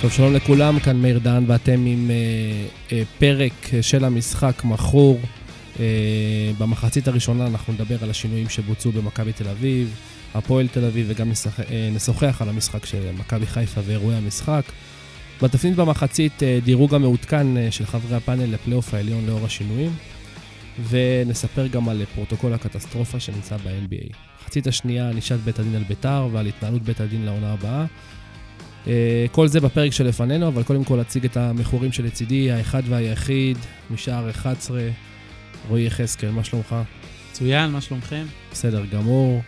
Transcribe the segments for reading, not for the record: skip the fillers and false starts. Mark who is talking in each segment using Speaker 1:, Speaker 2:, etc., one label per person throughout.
Speaker 1: טוב, שלום לכולם, כאן מאיר דן ואתם עם פרק של המשחק מכור. במחצית הראשונה אנחנו נדבר על השינויים שבוצעו במכבי תל אביב, הפועל תל אביב, וגם נשוחח על המשחק של מכבי חיפה ואירועי המשחק. בתפנית במחצית דירוג המעודכן של חברי הפאנל לפלייאוף העליון לאור השינויים, ונספר גם על פרוטוקול הקטסטרופה שנמצא ב-NBA. מחצית השנייה נשאל בית הדין על ביתר ועל התנהלות בית הדין לעונה הבאה. כל זה בפרק שלפנינו, אבל קודם כל אציג את המכורים שלצידי, האחד והיחיד, משער 11, רועי יחזקאל, מה שלומך?
Speaker 2: מצוין, מה שלומכם?
Speaker 1: בסדר גמור.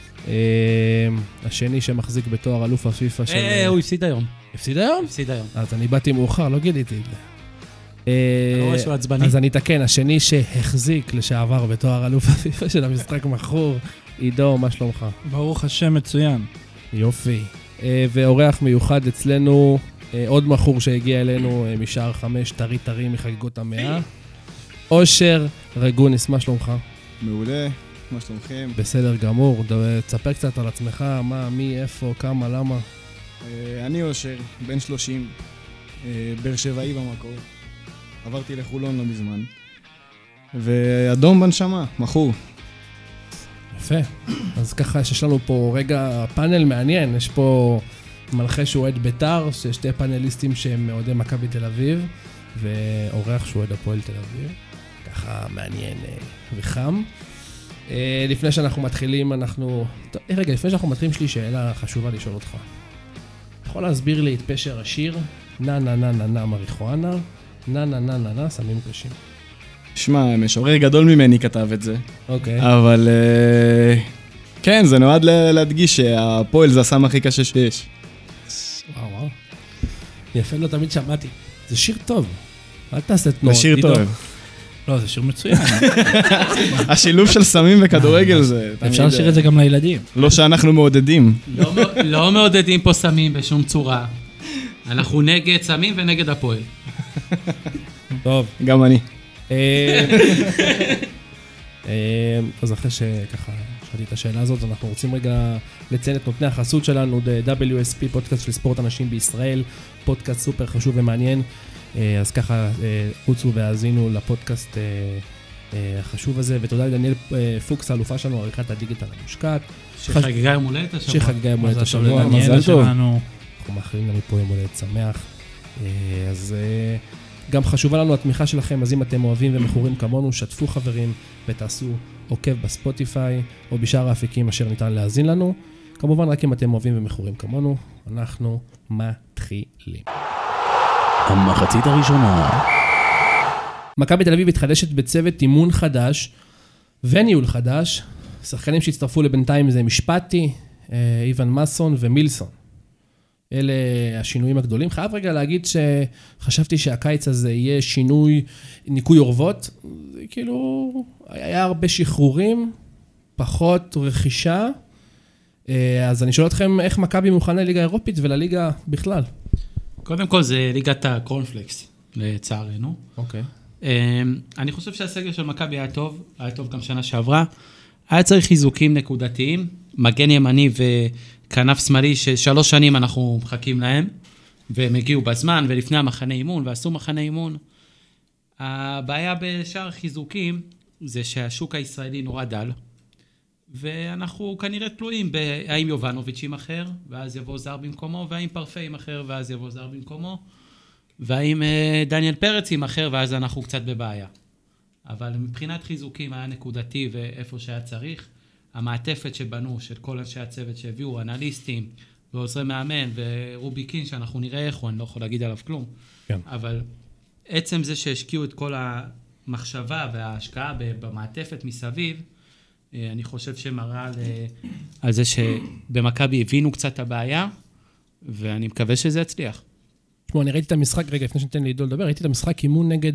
Speaker 1: השני שמחזיק בתואר אלוף הפיפה של...
Speaker 2: הוא הפסיד היום.
Speaker 1: הפסיד היום?
Speaker 2: הפסיד היום.
Speaker 1: אז אני באתי מאוחר, לא גיליתי את זה.
Speaker 2: לא רואה שהוא עצבני.
Speaker 1: אז אני אתקן, השני שהחזיק לשעבר בתואר אלוף הפיפה של המשחק מכור, עידו, מה שלומך?
Speaker 3: ברוך השם, מצוין.
Speaker 1: יופי. ואורח מיוחד אצלנו, עוד מכור שהגיע אלינו משער 5, טרי מחגיגות המאה. אושר רגוניס, מה שלומך?
Speaker 4: מעולה, מה שלומכם?
Speaker 1: בסדר גמור, תספר קצת על עצמך, מה, מי, איפה, כמה, למה?
Speaker 4: אני אושר, בן 30, באר שבעי במקור. עברתי לחולון לא מזמן. ואדום בנשמה, מכור.
Speaker 1: יפה. אז ככה יש לנו פה רגע פאנל מעניין, יש פה מנחה שהוא עד ביתר, ששתי פאנליסטים שהם אוהדי מכבי תל אביב, ואורח שהוא עד הפועל תל אביב. ככה מעניין וחם. לפני שאנחנו מתחילים, לפני שאנחנו מתחילים, יש לי שאלה חשובה לשאול אותך. יכול להסביר לי את פשר השיר, נה נה נה נה נה מריחואנה, נה נה נה נה נה סמים קשים.
Speaker 4: שמע, משורר גדול ממני כתב את זה.
Speaker 1: אוקיי.
Speaker 4: אבל כן, זה נועד להדגיש שהפועל זה הסם הכי קשה שיש.
Speaker 1: וואו. יפה, לא תמיד שמעתי. זה שיר טוב. אל תעשה תנועות.
Speaker 4: זה שיר טוב.
Speaker 3: לא, זה שיר מצוין.
Speaker 4: השילוב של סמים וכדורגל זה...
Speaker 3: אפשר לשיר את זה גם לילדים.
Speaker 4: לא שאנחנו מעודדים.
Speaker 2: לא מעודדים פה סמים בשום צורה. אנחנו נגד סמים ונגד הפועל.
Speaker 1: טוב.
Speaker 4: גם אני.
Speaker 1: אז אחרי שככה שאלתי את השאלה הזאת, אנחנו רוצים רגע לציין את נותני החסות שלנו, WSP, פודקאסט של ספורט אנשים בישראל, פודקאסט סופר חשוב ומעניין. אז ככה חוצו והאזינו לפודקאסט החשוב הזה, ותודה לדניאל פוקס, האלופה שלנו, עריכת הדיגיטל המושקעת.
Speaker 2: שחגגה יום הולדת השבוע.
Speaker 1: שחגגה יום הולדת השבוע.
Speaker 4: מזל טוב.
Speaker 1: אנחנו מאחלים לנו פה יום הולדת שמח. אז גם חשובה לנו התמיכה שלכם, אז אם אתם אוהבים ומכורים כמונו, שתפו חברים ותעשו עוקב בספוטיפיי או בשאר האפיקים אשר ניתן להאזין לנו. כמובן רק אם אתם אוהבים ומכורים כמונו, אנחנו מתחילים.
Speaker 5: המחצית הראשונה.
Speaker 1: מכבי תל אביב התחדשת בצוות אימון חדש וניהול חדש. שחקנים שהצטרפו לבינתיים זה משפטי, איוון מסון ומילסון. אלה השינויים הגדולים. חייב רגע להגיד שחשבתי שהקיץ הזה יהיה שינוי ניקוי אורוות. כאילו, היה הרבה שחרורים, פחות רכישה. אז אני שואל אתכם איך מכבי מוכנה לליגה האירופית ולליגה בכלל.
Speaker 2: קודם כל זה ליגת הקורנפלקס, לצערנו.
Speaker 1: אוקיי.
Speaker 2: אני חושב שהסגל של מכבי היה טוב גם שנה שעברה. היה צריך חיזוקים נקודתיים, מגן ימני וכנף שמאלי, ש3 שנים אנחנו מחכים להם, והם הגיעו בזמן ולפני המחנה אימון, ועשו מחנה אימון. הבעיה בשאר חיזוקים, זה שהשוק הישראלי נורא דל, ואנחנו כנראה תלויים בהאם יובנוביץ' אחר, ואז יבוא זר במקומו, והאם פרפה אחר, ואז יבוא זר במקומו, והאם דניאל פרץ אחר, ואז אנחנו קצת בבעיה. אבל מבחינת חיזוקים היה נקודתי ואיפה שהיה צריך, המעטפת שבנו של כל אנשי הצוות שהביאו, אנליסטים ועוזרי מאמן ורובי קין, שאנחנו נראה איך הוא, אני לא יכול להגיד עליו כלום,
Speaker 1: כן. אבל
Speaker 2: עצם זה שהשקיעו את כל המחשבה וההשקעה במעטפת מסביב, אני חושב שמראה על זה שבמכבי הבינו קצת הבעיה, ואני מקווה שזה יצליח.
Speaker 1: תשמעו, אני ראיתי את המשחק, רגע, לפני שניתן לעידו לדבר, ראיתי את המשחק אימון נגד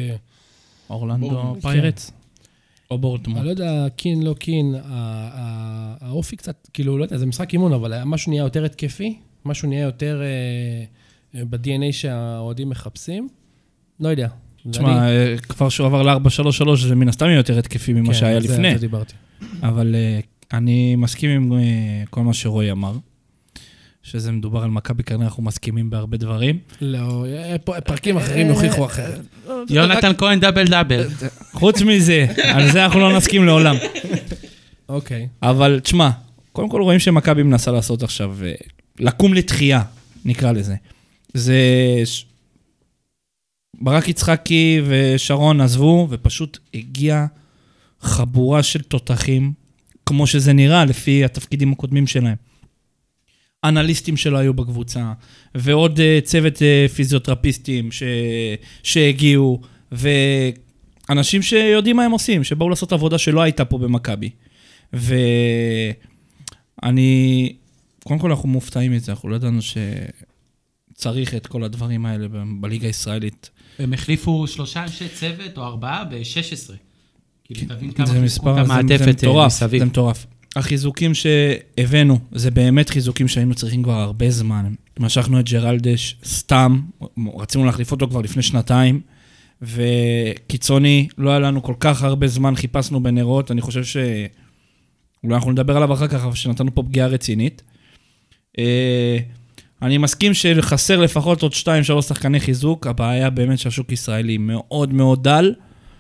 Speaker 3: אורלנדו פיירטס. או בורטמונד. אני
Speaker 1: לא יודע, קין, לא קין, האופי קצת, כאילו, לא יודע, זה משחק אימון, אבל משהו נהיה יותר התקפי, משהו נהיה יותר ב-DNA שהאוהדים מחפשים, לא יודע.
Speaker 3: תשמע, כבר שהוא עבר ל-4-3-3, זה מן הסתם יותר התקפי ממה שהיה לפני.
Speaker 1: כן, זה דיברתי.
Speaker 3: אבל אני מסכים עם כל מה שרועי אמר. שזה מדובר על מכבי קרני, אנחנו מסכימים בהרבה דברים.
Speaker 1: לא, פרקים אחרים יוכיחו אחרת.
Speaker 2: יונתן כהן דאבל.
Speaker 3: חוץ מזה, על זה אנחנו לא נסכים לעולם.
Speaker 1: אוקיי.
Speaker 3: אבל תשמע, קודם כל רואים שמכבי מנסה לעשות עכשיו, לקום לתחייה, נקרא לזה. זה... ברק יצחקי ושרון עזבו, ופשוט הגיעה חבורה של תותחים, כמו שזה נראה, לפי התפקידים הקודמים שלהם. אנליסטים שלא היו בקבוצה, ועוד צוות פיזיותרפיסטים שהגיעו, ואנשים שיודעים מה הם עושים, שבאו לעשות עבודה שלא הייתה פה במכבי. ואני, קודם כל אנחנו מופתעים מזה, אנחנו לא ידענו שצריך את כל הדברים האלה בליגה הישראלית.
Speaker 2: הם החליפו 3 אנשי צוות או 4 ב-16. כאילו, תבין כמה
Speaker 3: זה
Speaker 2: חיזקו
Speaker 3: מספר,
Speaker 2: את המעטפת מסביב.
Speaker 3: זה מטורף. החיזוקים שהבאנו, זה באמת חיזוקים שהיינו צריכים כבר הרבה זמן. משכנו את ג'רלדש סתם, רצינו להחליף אותו כבר לפני 2 וקיצוני, לא היה לנו כל כך הרבה זמן, חיפשנו בנרות, אני חושב אולי אנחנו נדבר עליו אחר כך, אבל שנתנו פה פגיעה רצינית. אני מסכים שחסר לפחות עוד 2-3 שחקני חיזוק, הבעיה באמת שהשוק ישראלי מאוד מאוד דל.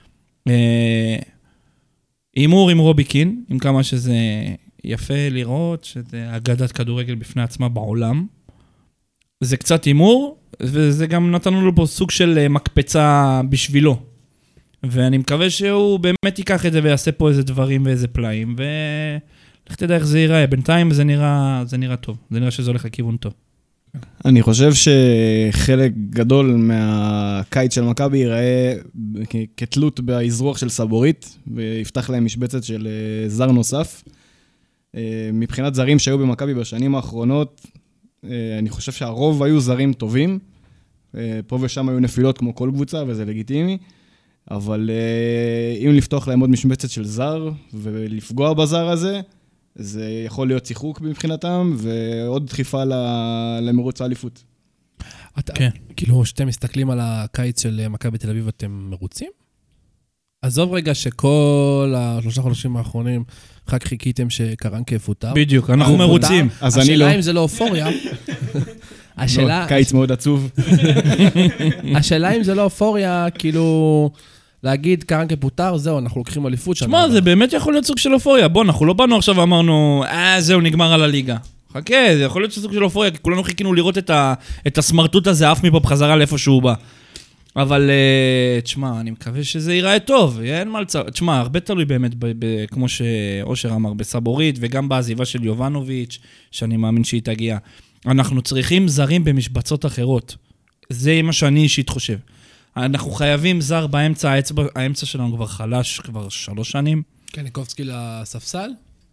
Speaker 3: אימור עם רובי קין, עם כמה שזה יפה לראות, שזה אגדת כדורגל בפני עצמה בעולם. זה קצת אימור, וזה גם נתנו לו פה סוג של מקפצה בשבילו. ואני מקווה שהוא באמת ייקח את זה ויעשה פה איזה דברים ואיזה פלאים, ולך תדע איך זה ייראה. בינתיים זה נראה טוב, זה נראה שזה הולך לכיוון טוב.
Speaker 4: אני חושב שחלק גדול מהקיץ של מכבי ייראה כתלות באזרוח של סבורית, ויפתח להם משבצת של זר נוסף. מבחינת זרים שהיו במכבי בשנים האחרונות, אני חושב שהרוב היו זרים טובים, פה ושם היו נפילות כמו כל קבוצה, וזה לגיטימי, אבל אם לפתוח להם עוד משבצת של זר, ולפגוע בזר הזה, זה יכול להיות שיחוק מבחינתם, ועוד דחיפה למרוץ האליפות.
Speaker 1: כן. כאילו, שאתם מסתכלים על הקיץ של מכבי תל אביב, אתם מרוצים? עזוב רגע שכל 3 חודשים האחרונים, רק חיכיתם שקרנקה יפוטר.
Speaker 3: בדיוק, אנחנו מרוצים.
Speaker 4: אז אני לא.
Speaker 1: השאלה אם זה לא אופוריה.
Speaker 4: קיץ מאוד עצוב.
Speaker 1: השאלה אם זה לא אופוריה, כאילו... להגיד, קרנקה פוטר, זהו, אנחנו לוקחים אליפות.
Speaker 3: שמע, זה באמת יכול להיות סוג של אופוריה. בוא, אנחנו לא באנו עכשיו ואמרנו, זהו, נגמר על הליגה. חכה, זה יכול להיות סוג של אופוריה, כי כולנו חיכינו לראות את הסמרטוט הזה, אף מפה בחזרה לאיפה שהוא בא. אבל, תשמע, אני מקווה שזה ייראה טוב, אין מה לצער. תשמע, הרבה תלוי באמת, כמו שאושר אמר, בסבורית, וגם בעזיבה של יובנוביץ', שאני מאמין שהיא תגיע. אנחנו צריכים זרים במשבצות אחרות. זה מה שאני אישית חושב. אנחנו חייבים זר באמצע, האמצע שלנו כבר חלש, כבר 3 שנים.
Speaker 1: כן, ניקובסקי לספסל?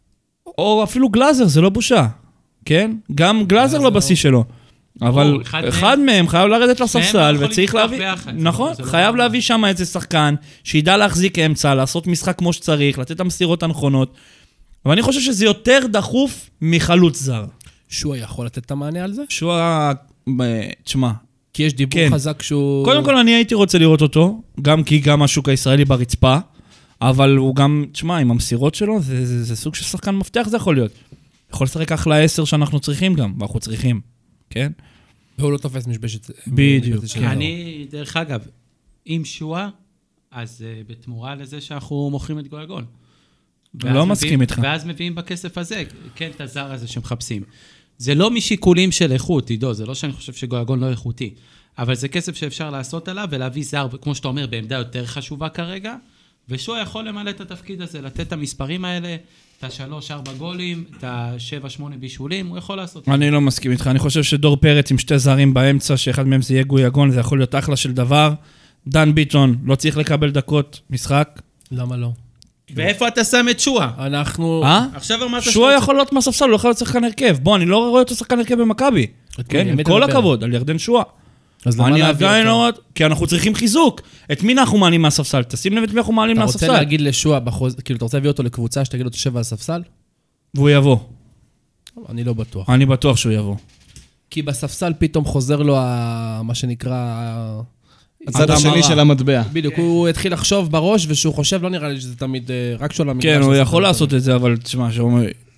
Speaker 3: או אפילו גלאזר, זה לא בושה, כן? גם גלאזר לא בשיא שלו. אבל אחד מהם חייב לרדת לספסל, וצריך להביא... נכון, חייב להביא שם איזה שחקן, שידע להחזיק אמצע, לעשות משחק כמו שצריך, לתת את המסירות הנכונות. אבל אני חושב שזה יותר דחוף מחלוץ זר.
Speaker 1: שואה יכול לתת את המענה על זה?
Speaker 3: שואה, תשמע,
Speaker 1: כי יש דיבור חזק שהוא...
Speaker 3: קודם כל אני הייתי רוצה לראות אותו, גם כי גם השוק הישראלי ברצפה, אבל הוא גם, תשמע, עם המסירות שלו, זה סוג של שחקן מפתח, זה יכול להיות. יכול לשחק אחלה 10 שאנחנו צריכים גם, ואנחנו צריכים, כן?
Speaker 1: והוא לא תופס משבשת.
Speaker 3: בדיוק.
Speaker 2: אני, דרך אגב, עם שואה, אז בתמורה לזה שאנחנו מוכרים את גויגון.
Speaker 3: לא מסכים איתך.
Speaker 2: ואז מביאים בכסף הזה, כן, את הזר הזה שמחפשים. זה לא משיקולים של איכות, עידו, זה לא שאני חושב שגויגון לא איכותי, אבל זה כסף שאפשר לעשות עליו ולהביא זר, כמו שאתה אומר, בעמדה יותר חשובה כרגע, ושואה יכול למלא את התפקיד הזה, לתת את המספרים האלה, את ה3-4 גולים, את ה7-8 בישולים, הוא יכול לעשות.
Speaker 3: אני לא מסכים איתך, אני חושב שדור פרץ עם 2 זרים באמצע, שאחד מהם זה יהיה גויגון, זה יכול להיות אחלה של דבר. דן ביטון לא צריך לקבל דקות משחק.
Speaker 1: למה לא?
Speaker 2: ואיפה אתה שם את שואה?
Speaker 1: אנחנו...
Speaker 2: עכשיו אמרת...
Speaker 3: שואה יכול להיות מהספסל, הוא יכול להיות שחקן הרכב. בוא, אני לא רואה אותו שחקן הרכב במכבי. כן, עם כל הכבוד, על ירדן שואה. אני עדיין לא רואה... כי אנחנו צריכים חיזוק. את מי אנחנו מעלים מהספסל? תשים לב את מי אנחנו מעלים מהספסל.
Speaker 1: אתה רוצה להגיד לשואה, כאילו, אתה רוצה להביא אותו לקבוצה שתגיד לו תשב על הספסל?
Speaker 3: והוא יבוא.
Speaker 1: אני לא בטוח.
Speaker 3: אני בטוח שהוא יבוא.
Speaker 1: כי בספסל פתאום חוזר לו מה שנקרא...
Speaker 4: הצד השני של המטבע.
Speaker 1: בדיוק, הוא התחיל לחשוב בראש, ושהוא חושב, לא נראה לי שזה תמיד רק שולה מגרש.
Speaker 3: כן, הוא יכול לעשות את זה, אבל תשמע,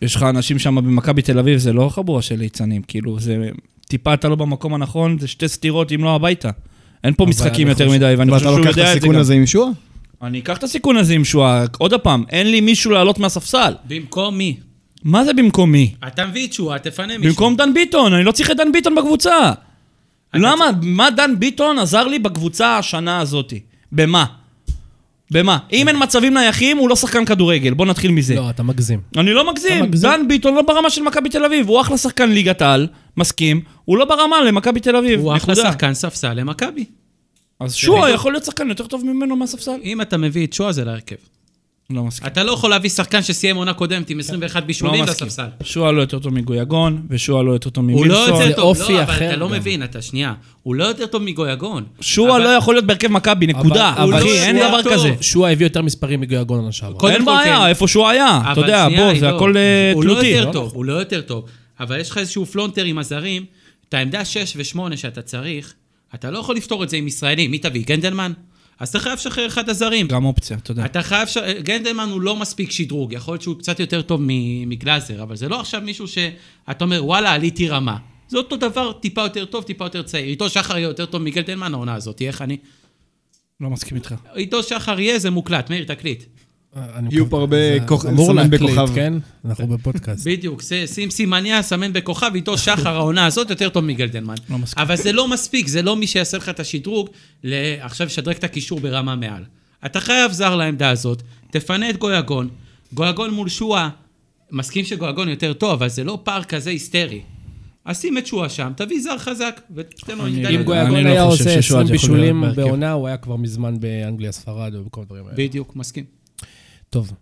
Speaker 3: יש לך אנשים שם במכבי תל אביב, זה לא חבורה של ליצנים, כאילו, זה טיפה אתה לא במקום הנכון, זה שתי סתירות אם לא הביתה. אין פה משחקים יותר מדי, ואני חושב שהוא יודע את זה גם.
Speaker 4: ואתה לוקח את הסיכון הזה עם שועה?
Speaker 3: אני אקח את הסיכון הזה עם שועה. עוד הפעם, אין לי מישהו לעלות מהספסל.
Speaker 2: במקום מי?
Speaker 3: מה זה במקום מי?
Speaker 2: אתה מביא את שועה, תפנה מישהו.
Speaker 3: במקום דן ביטון, אני לא צריך את דן ביטון בקבוצה. למה? מה דן ביטון עזר לי בקבוצה השנה הזאת? במה? במה? אם אין מצבים נייחים, הוא לא שחקן כדורגל. בוא נתחיל מזה.
Speaker 1: לא, אתה מגזים.
Speaker 3: אני לא מגזים. דן ביטון לא ברמה של מכבי תל אביב. הוא אחלה שחקן ליגת העל, מסכים. הוא לא ברמה למכבי תל אביב.
Speaker 2: הוא אחלה שחקן ספסל למכבי.
Speaker 3: אז שועה יכול להיות שחקן יותר טוב ממנו מהספסל.
Speaker 2: אם אתה מביא את שועה זה להרכב.
Speaker 3: לא מסכים.
Speaker 2: אתה לא יכול להביא שחקן שסיים עונה קודמת עם 21 בישולים לספסל.
Speaker 3: שועה לא יותר טוב מגויגון, ושועה לא יותר טוב
Speaker 2: הוא לא
Speaker 3: ממילסון.
Speaker 2: יותר טוב,
Speaker 1: אופי
Speaker 2: לא, אבל
Speaker 1: אחר
Speaker 2: אתה לא
Speaker 1: גם.
Speaker 2: מבין, אתה שנייה. הוא לא יותר טוב מגויגון.
Speaker 3: שועה לא יכול להיות בהרכב מכבי, נקודה.
Speaker 1: אבל
Speaker 3: אחי, אין
Speaker 2: שועה
Speaker 3: דבר
Speaker 2: טוב.
Speaker 3: כזה.
Speaker 1: שועה הביא יותר מספרים מגויגון השעבר.
Speaker 2: קודם
Speaker 3: אין
Speaker 2: כל
Speaker 3: בעיה,
Speaker 2: כן.
Speaker 3: איפה שהוא היה. אתה יודע, בוא, זה הכל
Speaker 2: הוא לא
Speaker 3: תלותי.
Speaker 2: יותר טוב, הוא לא יותר טוב. אבל יש לך איזשהו פלונטר עם הזרים, את העמדה 6 ו-8 שאתה צריך, אתה לא יכול לפתור את זה עם ישראלים. מי תביא? גנדלמן? אז אתה חייב לשחרר אחד הזרים.
Speaker 3: גם אופציה, אתה יודע.
Speaker 2: אתה חייב... גנדלמן הוא לא מספיק שדרוג, יכול להיות שהוא קצת יותר טוב מגלאזר, אבל זה לא עכשיו מישהו שאתה אומר, וואלה, עליתי רמה. זה אותו דבר, טיפה יותר טוב, טיפה יותר צעיר. איתו שחר יהיה יותר טוב מגנדלמן, העונה הזאת, איך אני...
Speaker 3: לא מסכים איתך.
Speaker 2: איתו שחר יהיה, זה מוקלט, מאיר, תקליט.
Speaker 4: יהיו פה הרבה
Speaker 1: אמור
Speaker 4: סמן
Speaker 1: להקליט,
Speaker 4: בכוכב.
Speaker 1: כן? אנחנו בפודקאסט.
Speaker 2: בדיוק, שים סימניה, סמן בכוכב, איתו שחר העונה הזאת יותר טוב מגלדלמן.
Speaker 3: לא מסכים.
Speaker 2: אבל זה לא מספיק, זה לא מי שיעשה לך את השדרוג, עכשיו שדרג את הקישור ברמה מעל. אתה חייב זר לעמדה הזאת, תפנה את גויגון, גויגון מול שועה, מסכים שגויגון יותר טוב, אבל זה לא פער כזה היסטרי. אז שים את שועה שם, תביא זר חזק, ותן לו
Speaker 3: אני
Speaker 2: להתגלם.
Speaker 1: אם
Speaker 3: אני
Speaker 1: גויגון
Speaker 3: לא
Speaker 1: היה
Speaker 3: חושב
Speaker 1: עושה
Speaker 3: ששועה
Speaker 1: 20
Speaker 3: זה יכול להיות
Speaker 1: בישולים
Speaker 3: בהרכב.
Speaker 1: בעונה, הוא היה כבר מזמן באנגליה, ספרד ובכל הדברים האלה.
Speaker 2: בדיוק, מסכים.
Speaker 1: טוב.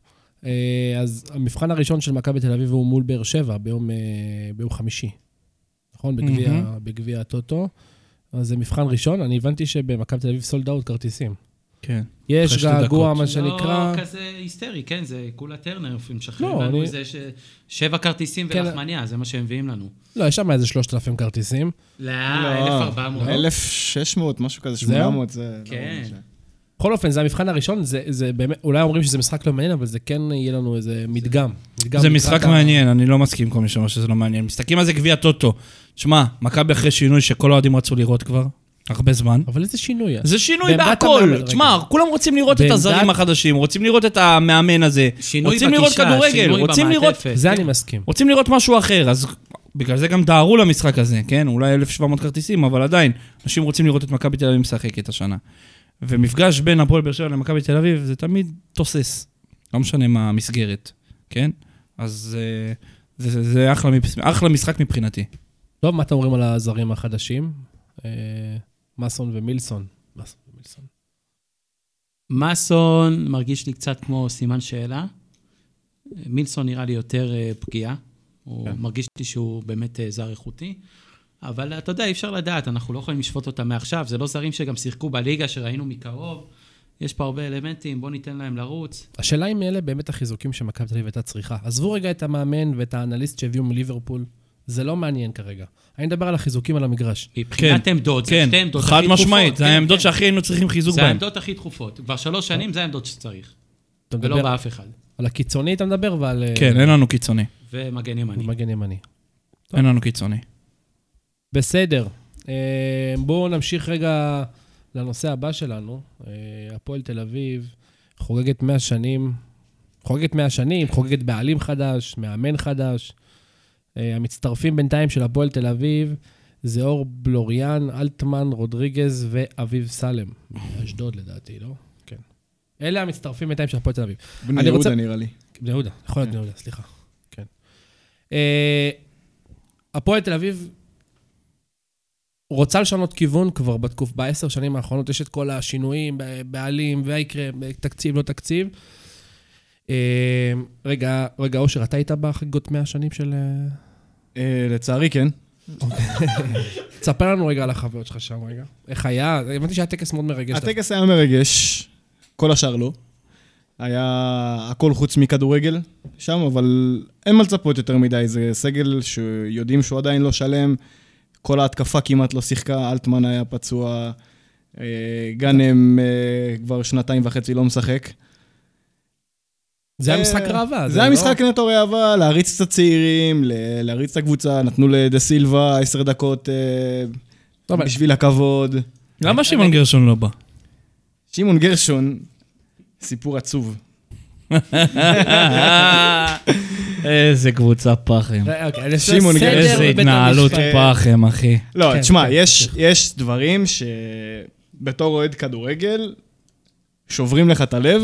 Speaker 1: אז המבחן הראשון של מכבי תל אביב הוא מול באר שבע, ביום חמישי. נכון? בגביע הטוטו. אז זה מבחן ראשון. אני הבנתי שבמכבי תל אביב סולד אאוט כרטיסים.
Speaker 3: כן.
Speaker 1: יש
Speaker 3: אחרי 2
Speaker 1: געגוע,
Speaker 3: דקות.
Speaker 1: מה שנקרא...
Speaker 2: לא כזה היסטרי, כן, זה כולה טרנר, הם משחררים
Speaker 1: לא,
Speaker 2: לנו
Speaker 1: אני-
Speaker 2: איזה 7 כרטיסים
Speaker 1: כן.
Speaker 2: ולחמניה, זה מה שהם מביאים לנו.
Speaker 1: לא, יש שם איזה 3,000 כרטיסים.
Speaker 2: לא, 1,400.
Speaker 4: 1,600, משהו כזה,
Speaker 1: זהו?
Speaker 4: 800, זה...
Speaker 2: כן.
Speaker 1: בכל אופן, זה המבחן הראשון, זה באמת, אולי אומרים שזה משחק לא מעניין, אבל זה כן יהיה לנו איזה מדגם.
Speaker 3: זה משחק מעניין, אני לא מסכים עם כל מי שאומר שזה לא מעניין. מסתכלים על זה גביע טוטו. תשמע, מכבי אחרי שינוי שכל האוהדים רצו לראות כבר, הרבה זמן.
Speaker 1: אבל איזה שינוי.
Speaker 3: זה שינוי
Speaker 1: בעמדת
Speaker 3: בהכל.
Speaker 1: המאמן,
Speaker 3: תשמע,
Speaker 1: רגע.
Speaker 3: כולם רוצים לראות את
Speaker 1: בעמדת-
Speaker 3: הזרים החדשים, רוצים לראות את המאמן הזה,
Speaker 2: שינוי
Speaker 3: רוצים לראות
Speaker 2: בגישה,
Speaker 3: כדורגל,
Speaker 2: שינוי
Speaker 3: רוצים לראות...
Speaker 2: במעטפת.
Speaker 1: זה
Speaker 2: כן.
Speaker 1: אני מסכים.
Speaker 3: רוצים לראות משהו אחר, אז בגלל זה גם דהרו למשחק הזה, כן? אולי 1,700 כרטיסים, אבל עדיין, אנשים רוצים לראות את מכבי תל אביב משחקת השנה. ומפגש בין הפועל באר שבע למכבי תל אביב, זה תמיד תוסס. לא משנה מה המסגרת, כן? אז זה אחלה משחק מבחינתי.
Speaker 1: טוב, מה אתם אומרים על הזרים החדשים? מסון ומילסון.
Speaker 2: מסון מרגיש לי קצת כמו סימן שאלה. מילסון נראה לי יותר פגיעה. הוא מרגיש לי שהוא באמת זר איכותי. אבל אתה יודע, אי אפשר לדעת, אנחנו לא יכולים לשפוט אותם מעכשיו. זה לא זרים שגם שיחקו בליגה שראינו מקרוב. יש פה הרבה אלמנטים, בוא ניתן להם לרוץ.
Speaker 1: השאלה אם אלה באמת החיזוקים שמכבי תל אביב הייתה צריכה. עזבו רגע את המאמן ואת האנליסט שהביאו מליברפול. זה לא מעניין כרגע. אני מדבר על החיזוקים על המגרש.
Speaker 2: מבחינת עמדות, זה
Speaker 3: כן,
Speaker 2: שתי עמדות הכי
Speaker 3: חד
Speaker 2: דחופות.
Speaker 3: משמעית, זה
Speaker 2: כן,
Speaker 3: העמדות
Speaker 2: כן.
Speaker 3: שהכי היינו צריכים חיזוק
Speaker 2: זה
Speaker 3: בהן.
Speaker 2: העמדות הכי דחופות. כבר 3 שנים זה העמדות שצריך.
Speaker 1: אתה
Speaker 2: ולא
Speaker 1: מדבר
Speaker 2: באף אחד.
Speaker 1: על הקיצוני אתה מדבר ועל...
Speaker 3: כן, אין לנו קיצוני.
Speaker 2: ומגן ימני.
Speaker 1: מגן ימני.
Speaker 3: אין לנו קיצוני.
Speaker 1: בסדר. בואו נמשיך רגע לנושא הבא שלנו. הפועל תל אביב חוגגת 100 שנים, חוגגת בעלים חדש, מאמן חדש. המצטרפים בינתיים של הפועל תל אביב זה אור בלוריאן, אלטמן, רודריגז ואביב סלם. אשדוד לדעתי, לא? כן. אלה המצטרפים בינתיים של הפועל תל אביב.
Speaker 4: בני
Speaker 1: אני רוצה-
Speaker 4: יהודה נראה לי.
Speaker 1: בני יהודה, יכול להיות בני יהודה, סליחה. כן. הפועל תל אביב רוצה לשנות כיוון כבר ב10 שנים האחרונות, יש את כל השינויים, בעלים, ויקרה, תקציב, לא תקציב. רגע, אושר, אתה היית בחגיגות 100 שנים של...
Speaker 4: לצערי, כן.
Speaker 1: תספר לנו רגע על החוויות שלך שם רגע. איך היה? הבנתי שהיה טקס מאוד מרגש.
Speaker 4: הטקס היה מרגש, כל השאר לא. היה הכל חוץ מכדורגל שם, אבל אין מה לצפות יותר מדי. זה סגל שיודעים שהוא עדיין לא שלם, כל ההתקפה כמעט לא שיחקה, אלטמן היה פצוע, גאנם כבר 2.5 לא משחק.
Speaker 1: זה המשחק ראווה.
Speaker 4: זה המשחק נטו ראווה, להריץ את הצעירים, להריץ את הקבוצה, נתנו לדה סילבה 10 דקות בשביל הכבוד.
Speaker 3: למה שמעון גרשון לא בא?
Speaker 4: שמעון גרשון, סיפור עצוב.
Speaker 3: איזה קבוצה פחם.
Speaker 4: שמעון גרשון.
Speaker 3: איזה התנהלות פחם, אחי.
Speaker 4: לא, תשמע, יש דברים שבתור אוהד כדורגל שוברים לך את הלב,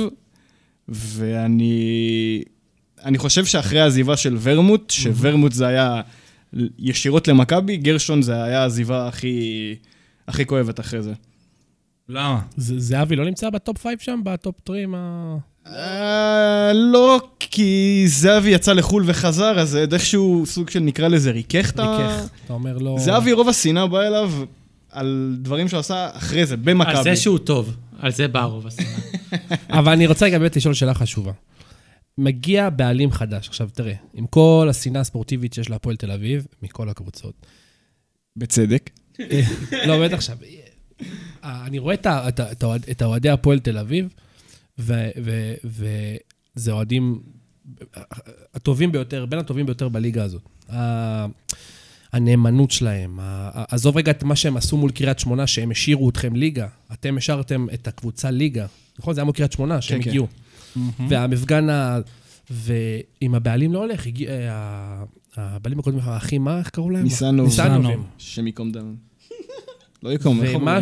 Speaker 4: ואני חושב שאחרי העזיבה של ורמוט, שוורמוט זה היה ישירות למכבי, גרשון זה היה העזיבה הכי כואבת אחרי זה.
Speaker 3: למה?
Speaker 1: זהבי לא נמצא בטופ 5 שם? בטופ 3?
Speaker 4: לא, כי זהבי יצא לחול וחזר, אז זה איכשהו סוג של נקרא לזה ריכך.
Speaker 1: אתה אומר לו...
Speaker 4: זהבי רוב השנאה בא אליו על דברים שהוא עשה אחרי זה, במכבי.
Speaker 2: על זה שהוא טוב, על זה בא רוב השנאה.
Speaker 1: אבל אני רוצה גם באמת לשאול שאלה חשובה. מגיע בעלים חדש. עכשיו תראה, עם כל השנאה הספורטיבית שיש להפועל תל אביב, מכל הקבוצות.
Speaker 4: בצדק.
Speaker 1: לא, באמת עכשיו. אני רואה את האוהדי הפועל תל אביב, וזה אוהדים הטובים ביותר, בין הטובים ביותר בליגה הזאת. הנאמנות שלהם, עזוב רגע את מה שהם עשו מול קריית שמונה, שהם השאירו אתכם ליגה, אתם השארתם את הקבוצה ליגה, נכון? זה היה מול קריית שמונה, שהם הגיעו. והמפגן, ואם הבעלים לא הולך, הבעלים הקודמים, האחים, מה, איך קראו להם?
Speaker 4: ניסנוב. שמיקום דם. לא יקום,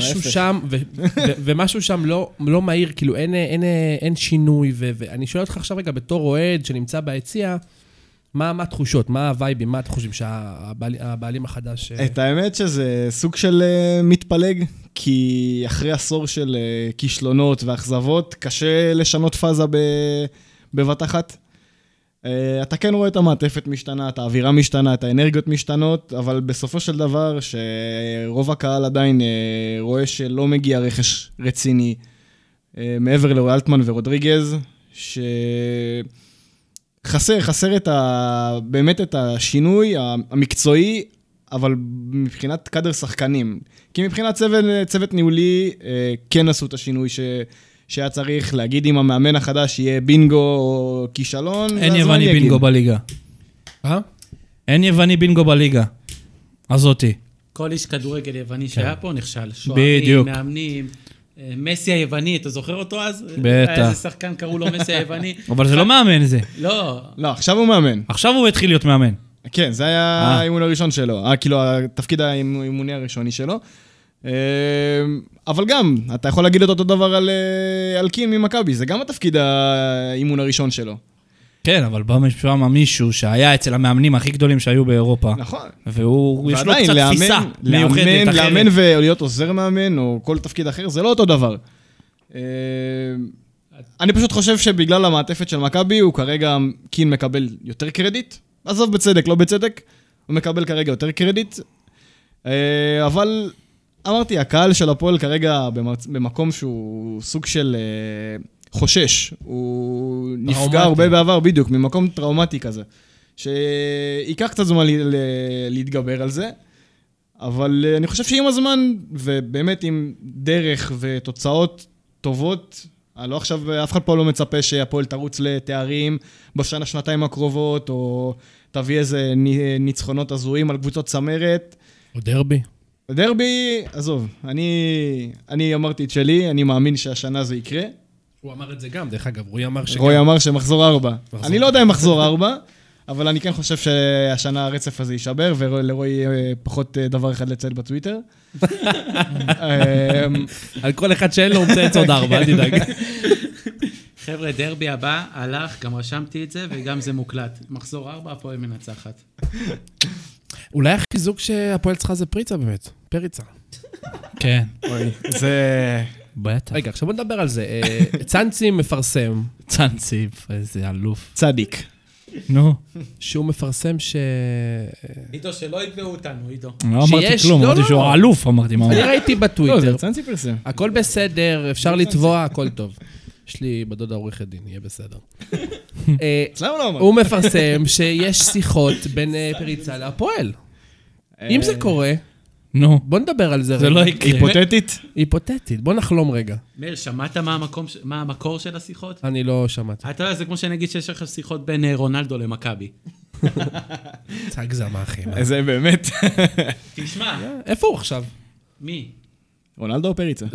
Speaker 1: ומשהו שם לא מהיר, כאילו אין שינוי, ואני שואל אותך עכשיו רגע, בתור אוהד שנמצא ביציע, מה התחושות, מה הווייבים, מה אתם חושבים שהבעלים החדש...
Speaker 4: את האמת שזה סוג של מתפלג, כי אחרי עשור של כישלונות ואכזבות, קשה לשנות פאזה בבת אחת. אתה כן רואה את המעטפת משתנה, את האווירה משתנה, את האנרגיות משתנות, אבל בסופו של דבר שרוב הקהל עדיין רואה שלא מגיע רכש רציני מעבר לאלטמן ורודריגז, חסר באמת את השינוי המקצועי, אבל מבחינת קדר שחקנים. כי מבחינת צוות ניהולי כן עשו את השינוי שהיה צריך להגיד אם המאמן החדש יהיה בינגו או כישלון.
Speaker 3: אין יווני בינגו בליגה. אין יווני בינגו בליגה. הזאתי.
Speaker 2: כל איש כדורגל יווני שהיה פה נכשל.
Speaker 3: בדיוק.
Speaker 2: שוערים, מאמנים, מסי היווני, אתה זוכר אותו אז?
Speaker 3: בטח.
Speaker 2: איזה שחקן קראו לו מסי היווני.
Speaker 3: אבל זה לא מאמן זה.
Speaker 2: לא.
Speaker 4: לא, עכשיו הוא מאמן.
Speaker 3: עכשיו הוא התחיל להיות מאמן.
Speaker 4: כן, זה היה האימון הראשון שלו. כאילו, התפקיד האימוני הראשוני שלו. אבל גם, אתה יכול להגיד את אותו דבר על קין ממכבי, זה גם התפקיד האימון הראשון שלו.
Speaker 3: כן, אבל בא משם מישהו שהיה אצל המאמנים הכי גדולים שהיו באירופה.
Speaker 4: נכון.
Speaker 3: והוא יש לו קצת תפיסה מיוחדת אחרת.
Speaker 4: לאמן ולהיות עוזר מאמן, או כל תפקיד אחר, זה לא אותו דבר. אני פשוט חושב שבגלל המעטפת של מכבי, הוא כרגע, קין מקבל יותר קרדיט. עזוב בצדק, לא בצדק. הוא מקבל כרגע יותר קרדיט. אבל... אמרתי, הקהל של הפועל כרגע במקום שהוא סוג של חושש. הוא נפגע הרבה בעבר, בדיוק, ממקום טראומטי כזה. שיקח קצת זמן להתגבר על זה, אבל אני חושב שעם הזמן, ובאמת עם דרך ותוצאות טובות, לא עכשיו, אף אחד פה לא מצפה שהפועל תרוץ לתארים בשנה, שנתיים הקרובות, או תביא איזה ניצחונות הזויים על קבוצות צמרת.
Speaker 1: או דרבי.
Speaker 4: דרבי, עזוב, אני אמרתי את שלי, אני מאמין שהשנה זה יקרה.
Speaker 1: הוא אמר את זה גם, דרך אגב, רועי אמר שגם...
Speaker 4: רועי אמר שמחזור 4. אני לא יודע אם מחזור 4, אבל אני כן חושב שהשנה הרצף הזה יישבר, ולרועי פחות דבר אחד לצייל בטוויטר.
Speaker 1: על כל אחד שאין לו הוא מצייץ עוד 4, אל תדאג.
Speaker 2: חבר'ה, דרבי הבא הלך, גם רשמתי את זה, וגם זה מוקלט. מחזור 4, הפועל מנצחת.
Speaker 1: אולי החיזוק שהפועל צריכה זה פריצה באמת, פריצה.
Speaker 3: כן.
Speaker 4: אוי, זה...
Speaker 3: בטח.
Speaker 1: רגע, עכשיו בוא נדבר על זה. צאנצי מפרסם.
Speaker 3: צאנצי, איזה אלוף.
Speaker 4: צדיק.
Speaker 3: נו.
Speaker 1: שהוא מפרסם ש...
Speaker 2: עידו, שלא יתבעו אותנו, עידו.
Speaker 3: לא אמרתי כלום, אמרתי שהוא אלוף, אמרתי מה.
Speaker 1: אני ראיתי בטוויטר.
Speaker 4: לא, זה צאנצי פרסם.
Speaker 1: הכל בסדר, אפשר לתבוע, הכל טוב. יש לי בדודה עורכת דין, יהיה בסדר.
Speaker 4: למה לא אמר?
Speaker 1: הוא מפרסם שיש שיחות בין פריצה להפועל. אם זה קורה,
Speaker 3: נו,
Speaker 1: בוא נדבר על זה
Speaker 3: זה
Speaker 1: רגע.
Speaker 3: לא יקרה.
Speaker 4: היפותטית?
Speaker 1: היפותטית, בוא נחלום רגע.
Speaker 2: מאיר, שמעת מה המקור של השיחות?
Speaker 1: אני לא שמעתי.
Speaker 2: אתה יודע, זה כמו שנגיד שיש לך שיחות בין רונלדו למכבי.
Speaker 1: זה הגזמה, אחי.
Speaker 4: זה באמת.
Speaker 2: תשמע,
Speaker 1: איפה הוא עכשיו?
Speaker 2: מי?
Speaker 4: רונלדו או פריצה?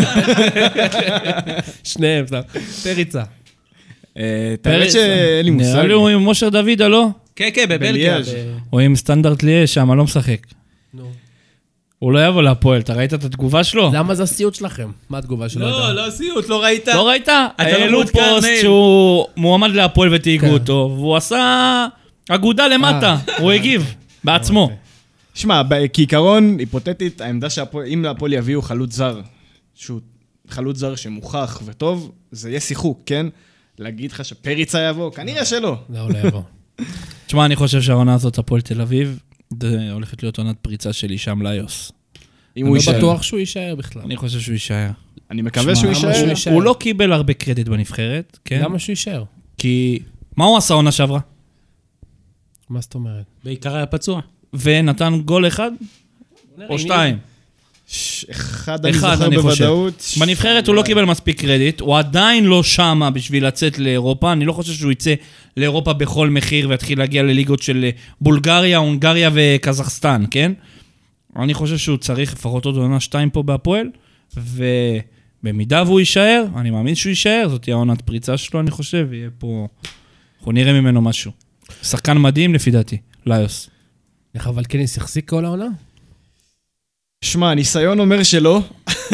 Speaker 1: שניהם, פריצה.
Speaker 4: את האמת שאין לי מושג.
Speaker 3: נראה לי הוא עם מושר דוד, לא?
Speaker 2: כן, כן, בבלגיה.
Speaker 4: בליאז'.
Speaker 3: הוא עם סטנדרט ליאז' שם, לא משחק.
Speaker 1: נו.
Speaker 3: הוא לא יבוא להפועל, אתה ראית את התגובה שלו?
Speaker 1: למה זה הסיוט שלכם? מה התגובה שלו?
Speaker 2: לא, לא סיוט, לא ראית?
Speaker 3: לא ראית?
Speaker 2: לא
Speaker 3: העלו
Speaker 2: מעודכן,
Speaker 3: פוסט
Speaker 2: מאיר.
Speaker 3: שהוא מועמד להפועל ותהיגו
Speaker 1: כן.
Speaker 3: אותו, והוא עשה אגודה למטה, הוא הגיב בעצמו.
Speaker 4: שמע, כעיקרון, היפותטית, העמדה שאם להפועל יביאו חלוץ זר, שהוא חלוץ זר שמוכח וטוב, זה יהיה שיחוק, כן? להגיד לך שפריצה יבוא? כנראה שלא.
Speaker 1: לא, לא יבוא.
Speaker 3: תשמע, אני חושב שהעונה הזאת, הפועל תל אביב, זה הולכת להיות עונת פריצה של הישאם ליוס.
Speaker 4: אם
Speaker 1: אני
Speaker 4: הוא
Speaker 1: לא
Speaker 4: יישאר.
Speaker 1: בטוח שהוא יישאר בכלל.
Speaker 3: אני חושב שהוא יישאר.
Speaker 4: אני מקווה שהוא
Speaker 1: למה שהוא
Speaker 4: יישאר.
Speaker 1: יישאר?
Speaker 3: הוא לא קיבל הרבה קרדיט בנבחרת, כן?
Speaker 1: למה שהוא יישאר?
Speaker 3: כי... מה הוא עשה עונה שעברה?
Speaker 1: מה זאת אומרת?
Speaker 2: בעיקר היה פצוע.
Speaker 3: ונתן גול אחד? או שתיים?
Speaker 4: אחד אני
Speaker 3: אחד,
Speaker 4: זוכר
Speaker 3: אני חושב.
Speaker 4: בוודאות.
Speaker 3: בנבחרת הוא לא קיבל מספיק קרדיט, הוא עדיין לא שמה בשביל לצאת לאירופה, אני לא חושב שהוא יצא לאירופה בכל מחיר ויתחיל להגיע לליגות של בולגריה, הונגריה וקזחסטן, כן? אני חושב שהוא צריך לפחות עוד עונה 2 פה בהפועל, ובמידה והוא יישאר, אני מאמין שהוא יישאר, זאת תהיה העונת פריצה שלו, אני חושב, ויהיה פה... אנחנו נראה ממנו משהו. שחקן מדהים לפי דעתי, ליוס.
Speaker 1: איך אבל קניס יחזיק כל העונה?
Speaker 4: שמע, הניסיון אומר שלא.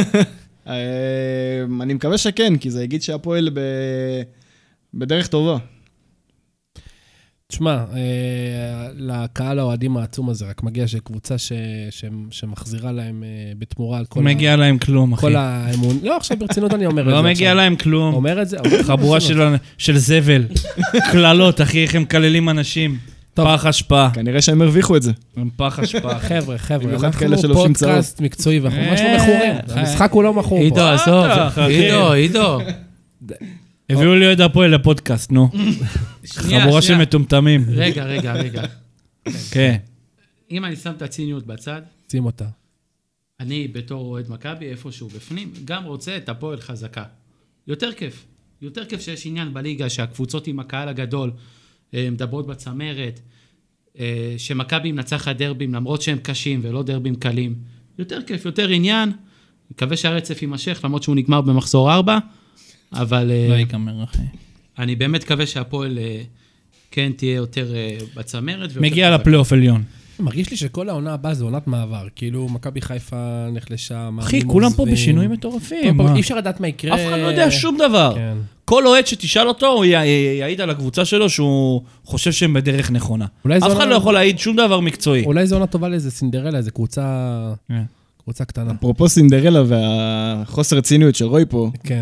Speaker 4: אני מקווה שכן, כי זה יגיד שהפועל בדרך טובה.
Speaker 1: תשמע, לקהל האוהדים העצום הזה, רק מגיע שקבוצה שמחזירה להם בתמורה על כל
Speaker 3: מגיע להם כלום, אחי.
Speaker 1: כל האמון. לא, עכשיו ברצינות אני אומר את זה.
Speaker 3: לא
Speaker 1: עכשיו.
Speaker 3: מגיע להם כלום.
Speaker 1: אומר את זה?
Speaker 3: חבורה של זבל. קללות, אחי, איך הם קללים אנשים.
Speaker 1: טוב.
Speaker 3: פח אשפה.
Speaker 4: כנראה שהם הרוויחו את זה.
Speaker 3: הם פח אשפה.
Speaker 1: חבר'ה,
Speaker 4: במיוחד
Speaker 1: אנחנו
Speaker 4: כאלה שלובשים צהוב.
Speaker 1: פודקאסט מקצועי, ואנחנו ממש לא מכורים. המשחק הוא לא מכור
Speaker 2: עידו,
Speaker 1: פה.
Speaker 2: עזוב. עידו.
Speaker 3: הביאו לי עוד הפועל לפודקאסט, נו. חבורה של מטומטמים.
Speaker 2: רגע.
Speaker 3: כן.
Speaker 2: אם אני שם את הציניות בצד,
Speaker 1: שים אותה.
Speaker 2: אני בתור אוהד מכבי, איפשהו בפנים, גם רוצה את הפועל חזקה. יותר כיף. יותר כיף שיש עניין בליגה, שהקבוצות עם הקהל הגדול מדברות בצמרת, שמכבי מנצחת דרבים, למרות שהם קשים ולא דרבים קלים. יותר כיף, יותר עניין. מקווה שהרצף יימשך, למרות שהוא נגמר במחזור 4, אבל...
Speaker 3: לא ייגמר, אחי.
Speaker 2: אני באמת מקווה שהפועל כן תהיה יותר בצמרת.
Speaker 3: מגיע לפלייאוף עליון.
Speaker 1: מרגיש לי שכל העונה הבאה זה עונת מעבר. כאילו, מכבי חיפה נחלשה...
Speaker 3: אחי, כולם פה בשינויים מטורפים.
Speaker 1: אי אפשר לדעת מה יקרה.
Speaker 3: אף אחד לא יודע שום דבר.
Speaker 1: כן.
Speaker 3: כל אוהד שתשאל אותו, הוא יעיד על הקבוצה שלו שהוא חושב שהם בדרך נכונה. אף אחד לא יכול להעיד שום דבר מקצועי.
Speaker 1: אולי זו עונה טובה לאיזה סינדרלה, איזה קבוצה קטנה.
Speaker 4: אפרופו סינדרלה והחוסר ציניות של רוי פה,
Speaker 1: כן.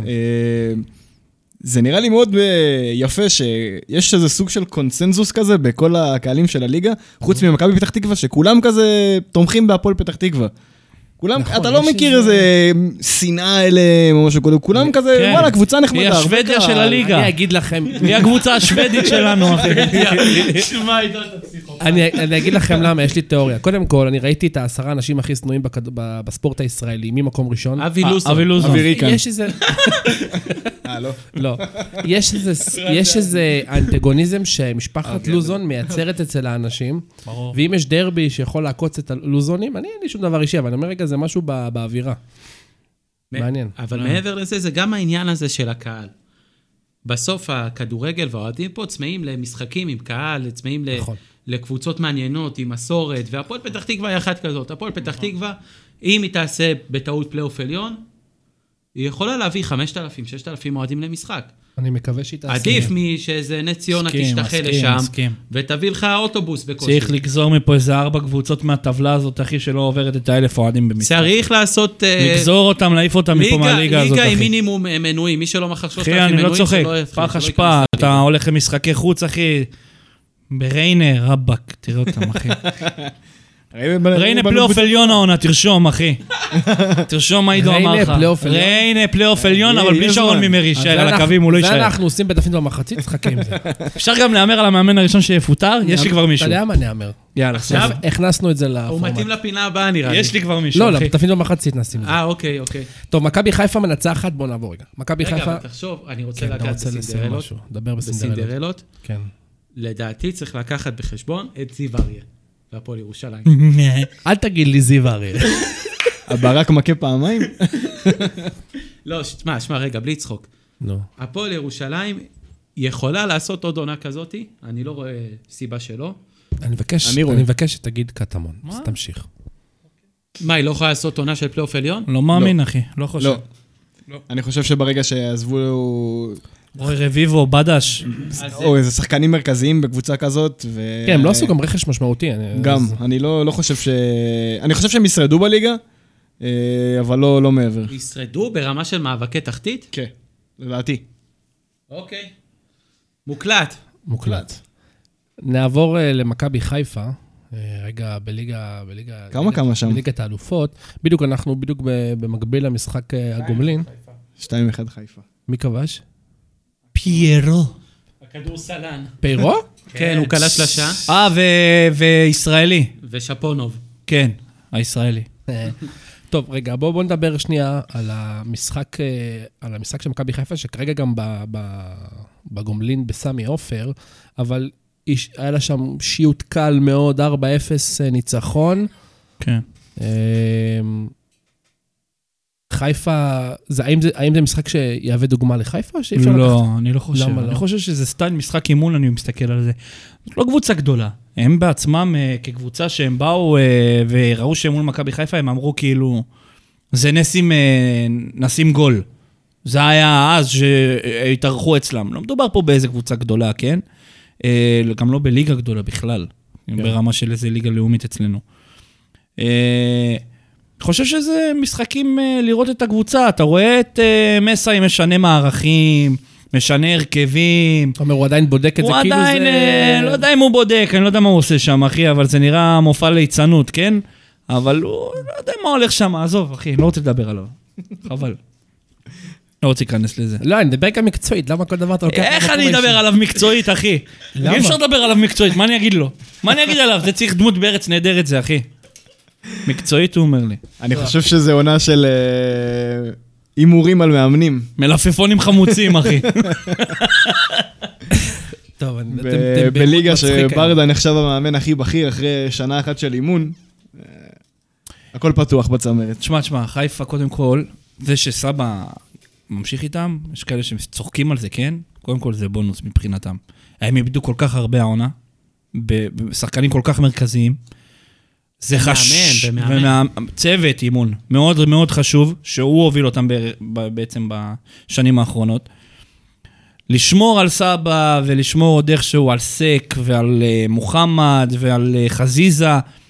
Speaker 4: זה נראה לי מאוד יפה שיש איזה סוג של קונסנזוס כזה בכל הקהלים של הליגה, חוץ ממכבי פתח תקווה, שכולם כזה תומכים בהפועל פתח תקווה. כולם, אתה לא מכיר איזה שנאה אליהם או משהו כזה, כולם כזה, וואלה, קבוצה נחמדה.
Speaker 3: היא השוודיה של הליגה.
Speaker 1: אני אגיד לכם...
Speaker 3: היא הקבוצה השוודית שלנו, אחי.
Speaker 2: שמע, עידו, אתה פסיכופת.
Speaker 1: אני אגיד לכם למה, יש לי תיאוריה. קודם כל, אני ראיתי את 10 האנשים הכי שנואים בספורט הישראלי, ממקום ראשון.
Speaker 2: אבי לוזון.
Speaker 3: אבי לוזון.
Speaker 4: אבי ריקן.
Speaker 1: יש איזה...
Speaker 4: לא.
Speaker 1: לא. יש איזה אנטגוניזם שמשפחת לוזון מייצרת אצל האנשים, ואם יש דרבי שיכול לעקוץ את הלוזונים, אני אין לי שום דבר אישי, אבל אני אומר רגע, זה משהו באווירה. מעניין.
Speaker 2: אבל מעבר לזה, זה גם העניין הזה של הקהל. בסוף הכדורגל והאוהדים פה צמאים למשחקים עם קהל, צמאים
Speaker 1: נכון.
Speaker 2: לקבוצות מעניינות, עם מסורת, והפועל פתח תקווה היא אחת כזאת. הפועל פתח תקווה, אם היא תעשה בטעות פלייאוף עליון, היא יכולה להביא 5,000, 6,000 אוהדים למשחק.
Speaker 1: אני מקווה שהיא תעשה.
Speaker 2: עדיף משאיזה נס ציונה תשתחה לשם, ותביא לך אוטובוס בקושי.
Speaker 3: צריך לגזור מפה איזה 4 קבוצות מהטבלה הזאת, אחי, שלא עוברת את 1,000 אוהדים במשחק.
Speaker 2: צריך לעשות...
Speaker 3: לגזור אותם, להעיף אותם מפה מהליגה הזאת, אחי.
Speaker 2: ליגה עם מינימום מנויים, מי שלא מחר 3,000
Speaker 3: אחי,
Speaker 2: מנויים,
Speaker 3: אני לא צוחק, פח אשפה, אתה הולך למשחקי חוץ, אחי, בריינה, רבק, תראה אותם, אחי. ריינה פלייאוף עליון העונה, תרשום, אחי. תרשום מה עידו אמר לך. ריינה פלייאוף עליון, אבל בלי שרון מימר יישאר על הקווים, הוא לא יישאר.
Speaker 1: זה אנחנו עושים בתפנית במחצית, תחכה עם זה.
Speaker 3: אפשר גם להמר על המאמן הראשון שיפוטר? יש לי כבר מישהו.
Speaker 1: אתה יודע מה נאמר?
Speaker 3: יאללה,
Speaker 2: עכשיו,
Speaker 1: הכנסנו את זה
Speaker 2: הוא
Speaker 1: לפורמט.
Speaker 2: מתאים לפינה הבאה נראה לי.
Speaker 3: יש לי כבר מישהו,
Speaker 1: לא,
Speaker 3: אחי.
Speaker 1: תמיד במחצית נשים את זה.
Speaker 2: אוקיי.
Speaker 1: טוב, מכבי חיפה מנצחת, בוא נעבור רגע. מכבי
Speaker 2: רגע,
Speaker 1: חיפה...
Speaker 2: אבל תחשוב, אני רוצה
Speaker 1: כן, אתה
Speaker 2: לגעת
Speaker 1: רוצה לשים
Speaker 2: בסינדרלות.
Speaker 1: משהו. דבר בסינדרלות.
Speaker 2: בסינדרלות.
Speaker 1: כן.
Speaker 2: לדעתי צריך לקחת בחשבון את זיו אריה, והפועל ירושלים.
Speaker 1: אל תגיד לי זיו אריה.
Speaker 4: הברק מכה פעמיים?
Speaker 2: לא, שמע, רגע, בלי צחוק.
Speaker 1: נו.
Speaker 2: הפועל ירושלים יכולה לעשות עוד עונה כזאת, אני לא רואה סיבה שלא.
Speaker 1: אני מבקש שתגיד קטמון. אז תמשיך.
Speaker 2: מה, היא לא יכולה לעשות עונה של פלייאוף עליון?
Speaker 3: לא מאמין, אחי, לא חושב.
Speaker 4: לא. אני חושב שברגע שעזבו
Speaker 3: רוי רביבו, בדש.
Speaker 4: או איזה שחקנים מרכזיים בקבוצה כזאת,
Speaker 1: כן, הם לא עשו גם רכש משמעותי.
Speaker 4: גם, אני לא חושב אני חושב שהם ישרדו בליגה, אבל לא מעבר.
Speaker 2: ישרדו ברמה של מאבקי תחתית?
Speaker 4: כן, לדעתי.
Speaker 2: אוקיי. מוקלט.
Speaker 1: נעבור למכבי חיפה. רגע, בליגה...
Speaker 4: כמה שם?
Speaker 1: בליגת האלופות. בדיוק במקביל למשחק הגומלין.
Speaker 4: 2-1 חיפה.
Speaker 1: מי כבש?
Speaker 3: פיירו.
Speaker 2: הכדור סלן.
Speaker 1: פיירו?
Speaker 2: כן, הוא קלע שלשה.
Speaker 3: וישראלי.
Speaker 2: ושפונוב.
Speaker 3: כן, הישראלי.
Speaker 1: טוב, רגע, בואו נדבר שנייה על המשחק של מכבי חיפה, שכרגע גם בגומלין בסמי עופר, אבל היה לה שם שיוט קל מאוד, 4-0 ניצחון.
Speaker 3: כן.
Speaker 1: חיפה, האם זה משחק שיהווה דוגמה לחיפה?
Speaker 3: לא, אני לא חושב.
Speaker 1: למה לא?
Speaker 3: אני חושב שזה סטייל משחק אימון, אני מסתכל על זה. זאת לא קבוצה גדולה. הם בעצמם, כקבוצה שהם באו וראו שהם מול מכבי חיפה, הם אמרו כאילו, זה נשים גול. זה היה אז שהתארחו אצלם. לא מדובר פה באיזה קבוצה גדולה, כן? גם לא בליגה גדולה בכלל. ברמה של איזה ליגה לאומית אצלנו. אני חושב שזה משחקים לראות את הקבוצה. אתה רואה את מסאי משנה מערכים, משנה הרכבים.
Speaker 1: זאת אומרת, הוא עדיין בודק את זה כאילו זה...
Speaker 3: הוא עדיין, לא יודע אם הוא בודק, אני לא יודע מה הוא עושה שם, אחי, אבל זה נראה מופע ליצנות, כן? אבל הוא לא יודע מה הולך שם, עזוב, אחי, לא רוצה לדבר עליו. חבל. לא רוצה להיכנס לזה.
Speaker 1: לא, אני מדבר גם מקצועית, למה כל דבר אתה לוקח...
Speaker 3: איך אני אדבר עליו מקצועית, אחי?
Speaker 1: למה?
Speaker 3: אי אפשר לדבר עליו מקצועית, מה אני אגיד לו? מה אני אגיד עליו? זה צריך דמות בארץ נהדרת זה, אחי. מקצועית, הוא אומר לי.
Speaker 4: אני חושב שזה עונה של אימורים על מאמנים.
Speaker 3: מלפפונים חמוצים, אחי.
Speaker 1: טוב,
Speaker 4: בליגה שברדה נחשב המאמן הכי בכיר אחרי שנה אחת של אימון, הכל פתוח בצמרת.
Speaker 3: תשמע, חיפה קודם כל, זה שסבא ממשיך איתם, יש כאלה שצוחקים על זה, כן? קודם כל זה בונוס מבחינתם. הם איבדו כל כך הרבה העונה, בשחקנים כל כך מרכזיים. זה
Speaker 2: במאמן.
Speaker 3: צוות אימון, מאוד מאוד חשוב, שהוא הוביל אותם בעצם בשנים האחרונות. לשמור על סבא ולשמור עוד איכשהו על סק ועל מוחמד ועל חזיזה,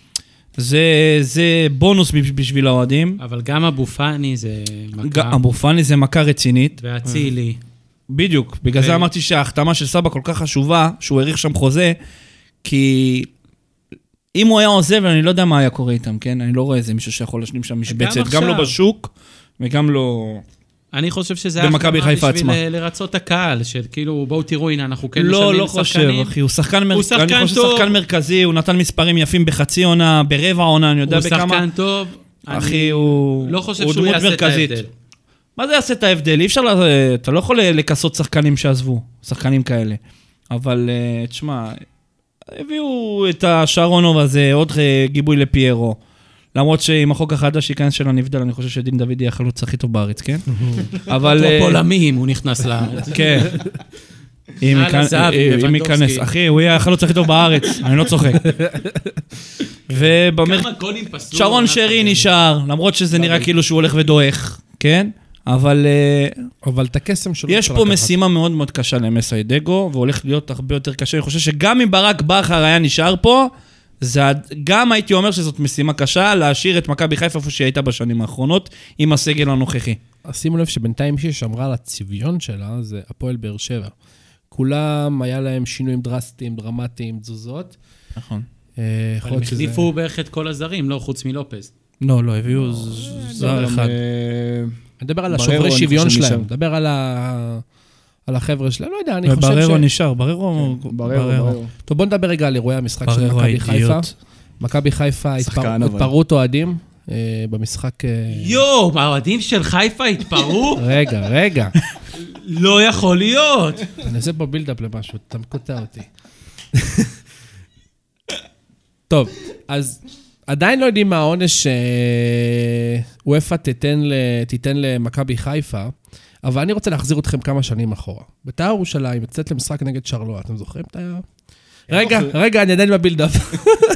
Speaker 3: זה בונוס בשביל האוהדים.
Speaker 2: אבל גם אבו פאני זה מכה.
Speaker 3: אבו פאני זה מכה רצינית.
Speaker 2: והצילי.
Speaker 3: בדיוק, בגלל זה אמרתי שההחתמה של סבא כל כך חשובה, שהוא העריך שם חוזה, כי אם הוא היה עוזב, אני לא יודע מה היה קורה איתם, כן? אני לא רואה איזה מישהו שיכול להשלים שם משבצת, גם לא בשוק, וגם לא...
Speaker 2: אני חושב שזה היה
Speaker 3: במכבי חיפה
Speaker 2: בשביל
Speaker 3: עצמה.
Speaker 2: לרצות הקהל, שכאילו בואו תראו, הנה אנחנו כן
Speaker 3: לא,
Speaker 2: משלמים
Speaker 3: לא חושב,
Speaker 2: שחקנים.
Speaker 3: אחי, הוא שחקן
Speaker 2: הוא
Speaker 3: מרכזי, אני
Speaker 2: שחקן
Speaker 3: חושב
Speaker 2: טוב.
Speaker 3: שחקן מרכזי, הוא נתן מספרים יפים בחצי עונה, ברבע עונה, אני יודע
Speaker 2: הוא
Speaker 3: בכמה...
Speaker 2: שחקן טוב.
Speaker 3: אחי, הוא...
Speaker 2: לא חושב
Speaker 3: הוא
Speaker 2: שהוא
Speaker 3: דמות
Speaker 2: יעשה את
Speaker 3: מרכזית.
Speaker 2: ההבדל.
Speaker 3: מה זה יעשה את ההבדל? אי אפשר, אתה לא יכול לקסות שחקנים שעזבו, שחקנים כאלה. אבל, תשמע, הביאו את השרונוב הזה, עוד גיבוי לפיירו. למרות שעם החוק החדש שייכנס של הנבדל, אני חושב שדין דוד יהיה החלוץ הכי טוב בארץ, כן? אבל...
Speaker 2: טופ עולמי, אם הוא נכנס לארץ.
Speaker 3: כן. אם ייכנס, אחי, הוא יהיה החלוץ הכי טוב בארץ, אני לא צוחק.
Speaker 2: כמה גולים פסלו?
Speaker 3: שרון שרי נשאר, למרות שזה נראה כאילו שהוא הולך ודועך, כן? אבל
Speaker 1: את הקסם שלו...
Speaker 3: יש פה משימה מאוד מאוד קשה למסי דגו, והולך להיות הרבה יותר קשה. אני חושב שגם אם ברק בכר היה נשאר פה, גם הייתי אומר שזאת משימה קשה, להשאיר את מכבי חיפה איפה שהיא הייתה בשנים האחרונות, עם הסגל הנוכחי.
Speaker 1: שימו לב שבינתיים מי ששמרה על הצביון שלה, זה הפועל באר שבע. כולם היה להם שינויים דרסטיים, דרמטיים, תזוזות.
Speaker 3: נכון.
Speaker 2: הם החליפו בערך את כל הזרים, לא חוץ מלופז.
Speaker 3: לא, הביאו זר אחד.
Speaker 1: אני מדבר על השוברי שוויון שלהם, מדבר על החבר'ה שלהם, לא יודע, אני חושב
Speaker 3: ובררו נשאר, בררו.
Speaker 1: טוב, בוא נדבר רגע על אירועי המשחק של
Speaker 3: בררו
Speaker 1: מכבי חיפה.
Speaker 3: האידיוט.
Speaker 1: מכבי חיפה התפרעות אוהדים במשחק...
Speaker 2: יואו, האוהדים של חיפה התפרעו?
Speaker 1: רגע.
Speaker 2: לא יכול להיות.
Speaker 1: אני עושה פה בילדאפ למשהו, אתה קוטע אותי. טוב, אז עדיין לא יודעים מה העונש שוופא תיתן למכבי חיפה, אבל אני רוצה להחזיר אתכם כמה שנים אחורה. בית"ר ירושלים יוצאת למשחק נגד שרלואה, אתם זוכרים את ה... רגע, אני עדיין בבילדאפ.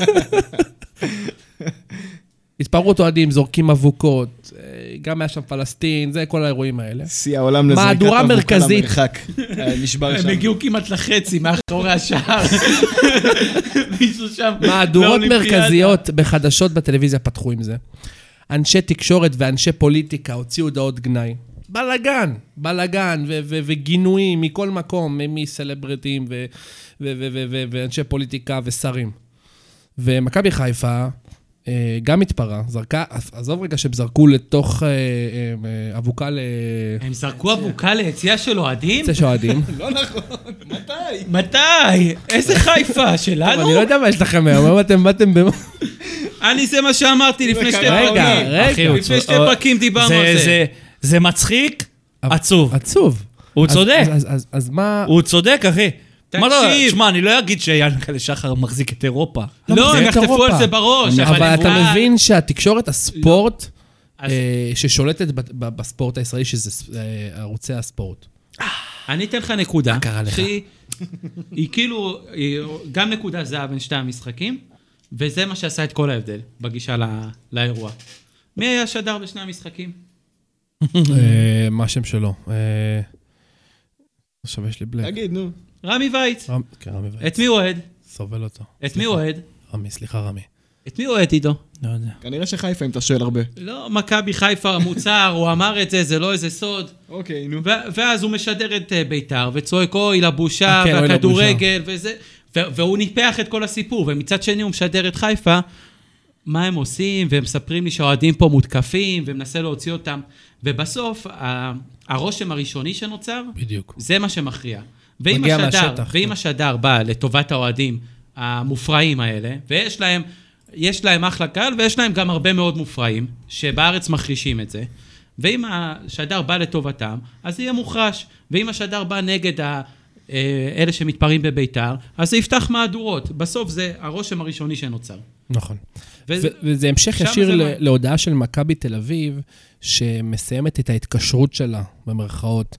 Speaker 1: התפרעות אוהדים, זורקים אבוקות, גם היה שם פלסטין, זה כל האירועים האלה.
Speaker 4: שיא העולם לזריקת
Speaker 1: מהדורה
Speaker 4: אבוקה
Speaker 1: מרכזית.
Speaker 4: למרחק. נשבר שם.
Speaker 2: הם הגיעו כמעט לחצי, מאחורי השער. מישהו שם...
Speaker 1: מהדורות מרכזיות בחדשות בטלוויזיה פתחו עם זה. אנשי תקשורת ואנשי פוליטיקה הוציאו הודעות גנאי. בלגן וגינויים מכל מקום, מסלבריטים ואנשי פוליטיקה ושרים. ומכבי חיפה גם התפרעה, זרקה, עזוב רגע שהם זרקו לתוך אבוקה
Speaker 2: הם זרקו אבוקה ליציאה של אוהדים?
Speaker 1: יציאה של אוהדים.
Speaker 4: לא נכון,
Speaker 2: מתי? איזה חיפה? שלנו?
Speaker 1: אני לא יודע מה יש לכם היום, אתם באתם במה?
Speaker 2: זה מה שאמרתי לפני שתי
Speaker 1: רגע.
Speaker 2: לפני שתי פרקים דיברנו על זה.
Speaker 3: זה מצחיק, עצוב.
Speaker 1: עצוב.
Speaker 3: הוא צודק.
Speaker 1: אז מה...
Speaker 3: הוא צודק, אחי.
Speaker 2: תקשיב.
Speaker 3: תשמע, אני לא אגיד שיענקל'ה שחר מחזיק את אירופה.
Speaker 2: לא, הם יחטפו על זה בראש.
Speaker 1: אבל אתה מבין שהתקשורת הספורט ששולטת בספורט הישראלי, שזה ערוצי הספורט.
Speaker 2: אני אתן לך נקודה.
Speaker 1: מה קרה לך?
Speaker 2: היא כאילו, גם נקודה זהב בין שתי המשחקים, וזה מה שעשה את כל ההבדל בגישה לאירוע. מי היה שדר בשני המשחקים?
Speaker 1: מה השם שלו? עכשיו יש לי בלק.
Speaker 4: תגיד, נו.
Speaker 2: רמי וייץ.
Speaker 1: כן, רמי וייץ.
Speaker 2: את מי הוא אוהד?
Speaker 1: סובל אותו.
Speaker 2: את מי הוא אוהד?
Speaker 1: רמי.
Speaker 2: את מי הוא אוהד, עידו?
Speaker 3: לא יודע.
Speaker 4: כנראה שחיפה, אם אתה שואל הרבה.
Speaker 2: לא, מכבי חיפה המוצר, הוא אמר את זה, זה לא איזה סוד.
Speaker 4: אוקיי, נו.
Speaker 2: ואז הוא משדר את בית"ר, וצועק אוי לבושה,
Speaker 1: כן, אוי
Speaker 2: והכדורגל, וזה, והוא ניפח את כל הסיפור, ומצד שני הוא משדר את חיפה, מה הם עושים, והם מספרים לי שהאוהדים פה מותקפים, ומנסה להוציא אותם, ובסוף, הרושם הראשוני שנוצר,
Speaker 1: בדיוק.
Speaker 2: זה מה שמכריע.
Speaker 1: מגיע מהשטח.
Speaker 2: ואם השדר בא לטובת האוהדים המופרעים האלה, יש להם אחלה קהל, ויש להם גם הרבה מאוד מופרעים, שבארץ מחרישים את זה, ואם השדר בא לטובתם, אז יהיה מוחרש, ואם השדר בא נגד אלה שמתפרעים בביתר, אז זה יפתח מהדורות. בסוף זה הרושם הראשוני שנוצר.
Speaker 1: נכון. וזה המשך ישיר להודעה של מכבי תל אביב, שמסיימת את ההתקשרות שלה, במרכאות.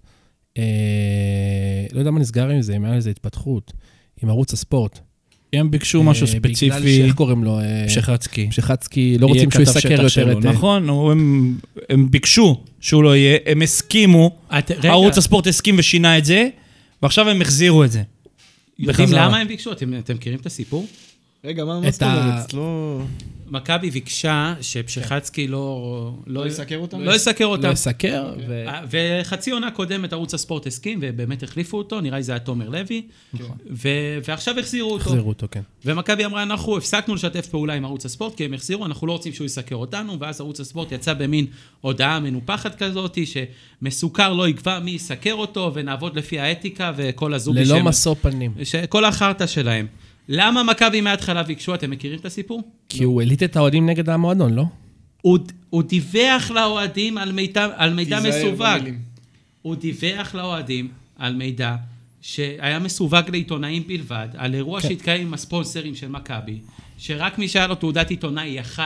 Speaker 1: לא יודע מה נסגר עם זה, אם היה לזה התפתחות, עם ערוץ הספורט.
Speaker 3: הם ביקשו משהו ספציפי.
Speaker 1: בגלל שאיך קוראים לו? שחצקי, לא רוצים שהוא יסקר יותר את...
Speaker 3: נכון, הם ביקשו שהוא לא יהיה, הם הסכימו, ערוץ הספורט הסכים ושינה את זה, ועכשיו הם החזירו את זה.
Speaker 2: יודעים למה הם ביקשו? אתם מכירים את הסיפור?
Speaker 4: רגע, מה זאת אומרת? לא...
Speaker 2: מכבי ביקשה שפשחצקי לא
Speaker 4: יסקר אותם?
Speaker 2: לא יסקר אותם.
Speaker 1: לא יסקר.
Speaker 2: וחצי עונה קודמת ערוץ הספורט הסכים, ובאמת החליפו אותו, נראה לי זה היה תומר לוי, ועכשיו החזירו אותו.
Speaker 1: החזירו אותו, כן.
Speaker 2: ומכבי אמרה, אנחנו הפסקנו לשתף פעולה עם ערוץ הספורט, כי הם החזירו, אנחנו לא רוצים שהוא יסקר אותנו, ואז ערוץ הספורט יצא במין הודעה מנופחת כזאת, שמסוכר לא יקבע מי יסקר אותו, ונעבוד לפי האתיקה וכל הזובי
Speaker 1: ללא משוא פנים.
Speaker 2: כל החרטה שלהם. למה מכבי מההתחלה ביקשו? אתם מכירים את הסיפור?
Speaker 1: כי הוא הליט את האוהדים נגד המועדון, לא?
Speaker 2: הוא דיווח לאוהדים על מידע מסווג. הוא דיווח לאוהדים על מידע שהיה מסווג לעיתונאים בלבד, על אירוע שהתקיים עם הספונסרים של מכבי, שרק מי שהיה לו תעודת עיתונאי יכל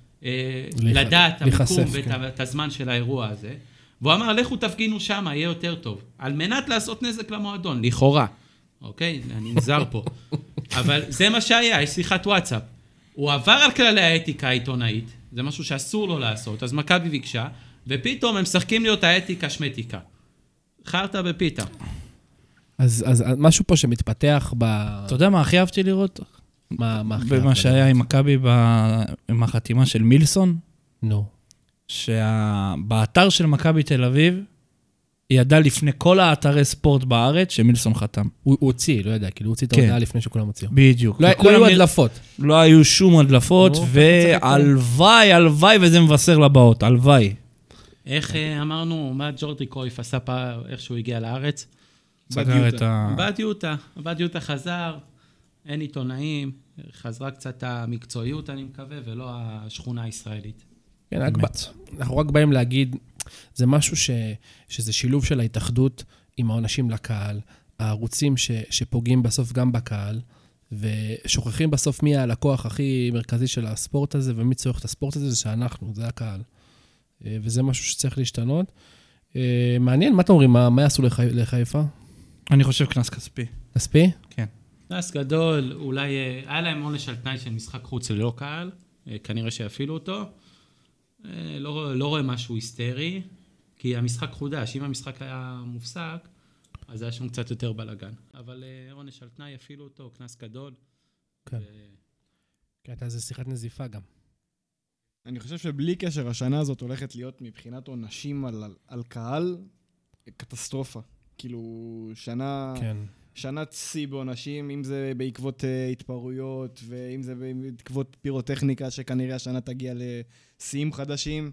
Speaker 2: לדעת המיקום ואת הזמן של האירוע הזה. והוא אמר, לכו תפגינו שם, יהיה יותר טוב. על מנת לעשות נזק למועדון, לכאורה. אוקיי? אני נזהר פה. אבל זה מה שהיה, יש שיחת וואטסאפ. הוא עבר על כללי האתיקה העיתונאית, זה משהו שאסור לו לעשות, אז מכבי ביקשה, ופתאום הם משחקים להיות האתיקה שמתיקה. חרטה בפיתה.
Speaker 1: אז משהו פה שמתפתח
Speaker 3: אתה יודע מה הכי אהבתי לראות?
Speaker 1: מה
Speaker 3: במה שהיה עם מכבי עם החתימה של מילסון?
Speaker 1: נו.
Speaker 3: שבאתר של מכבי תל אביב, היא ידעה לפני כל האתרי ספורט בארץ שמילסון חתם.
Speaker 1: הוא הוציא, לא יודע, כאילו הוא הוציא את ההודעה לפני שכולם הוציאו.
Speaker 3: בדיוק.
Speaker 1: לא היו הדלפות.
Speaker 3: לא היו שום הדלפות, והלוואי, וזה מבשר לבאות, הלוואי.
Speaker 2: איך אמרנו, מה ג'ורדי קרויף עשה פעם, איך שהוא הגיע לארץ?
Speaker 3: סגר את ה...
Speaker 2: בד יוטה חזר, אין עיתונאים, חזרה קצת המקצועיות, אני מקווה, ולא השכונה הישראלית.
Speaker 1: כן, אנחנו רק באים להגיד, זה משהו שזה שילוב של ההתאחדות עם העונשים לקהל, הערוצים שפוגעים בסוף גם בקהל, ושוכחים בסוף מי הלקוח הכי מרכזי של הספורט הזה, ומי צורך את הספורט הזה, זה שאנחנו, זה הקהל. וזה משהו שצריך להשתנות. מעניין, מה אתם אומרים? מה יעשו לחיפה?
Speaker 3: אני חושב כנס כספי.
Speaker 1: כספי?
Speaker 3: כן.
Speaker 2: כנס גדול, אולי היה להם עונש על תנאי של משחק חוץ ללא קהל, כנראה שיפעילו אותו. לא רואה משהו היסטרי, כי המשחק חודש, אם המשחק היה מופסק, אז היה שם קצת יותר בלגן. אבל עונש על תנאי יפעילו אותו, כנס גדול.
Speaker 1: כן. כן, הייתה איזה שיחת נזיפה גם.
Speaker 4: אני חושב שבלי קשר, השנה הזאת הולכת להיות מבחינת עונשים על קהל, קטסטרופה. כאילו, שנת שיא בעונשים, אם זה בעקבות התפרעויות, ואם זה בעקבות פירוטכניקה, שכנראה השנה תגיע לשיאים חדשים.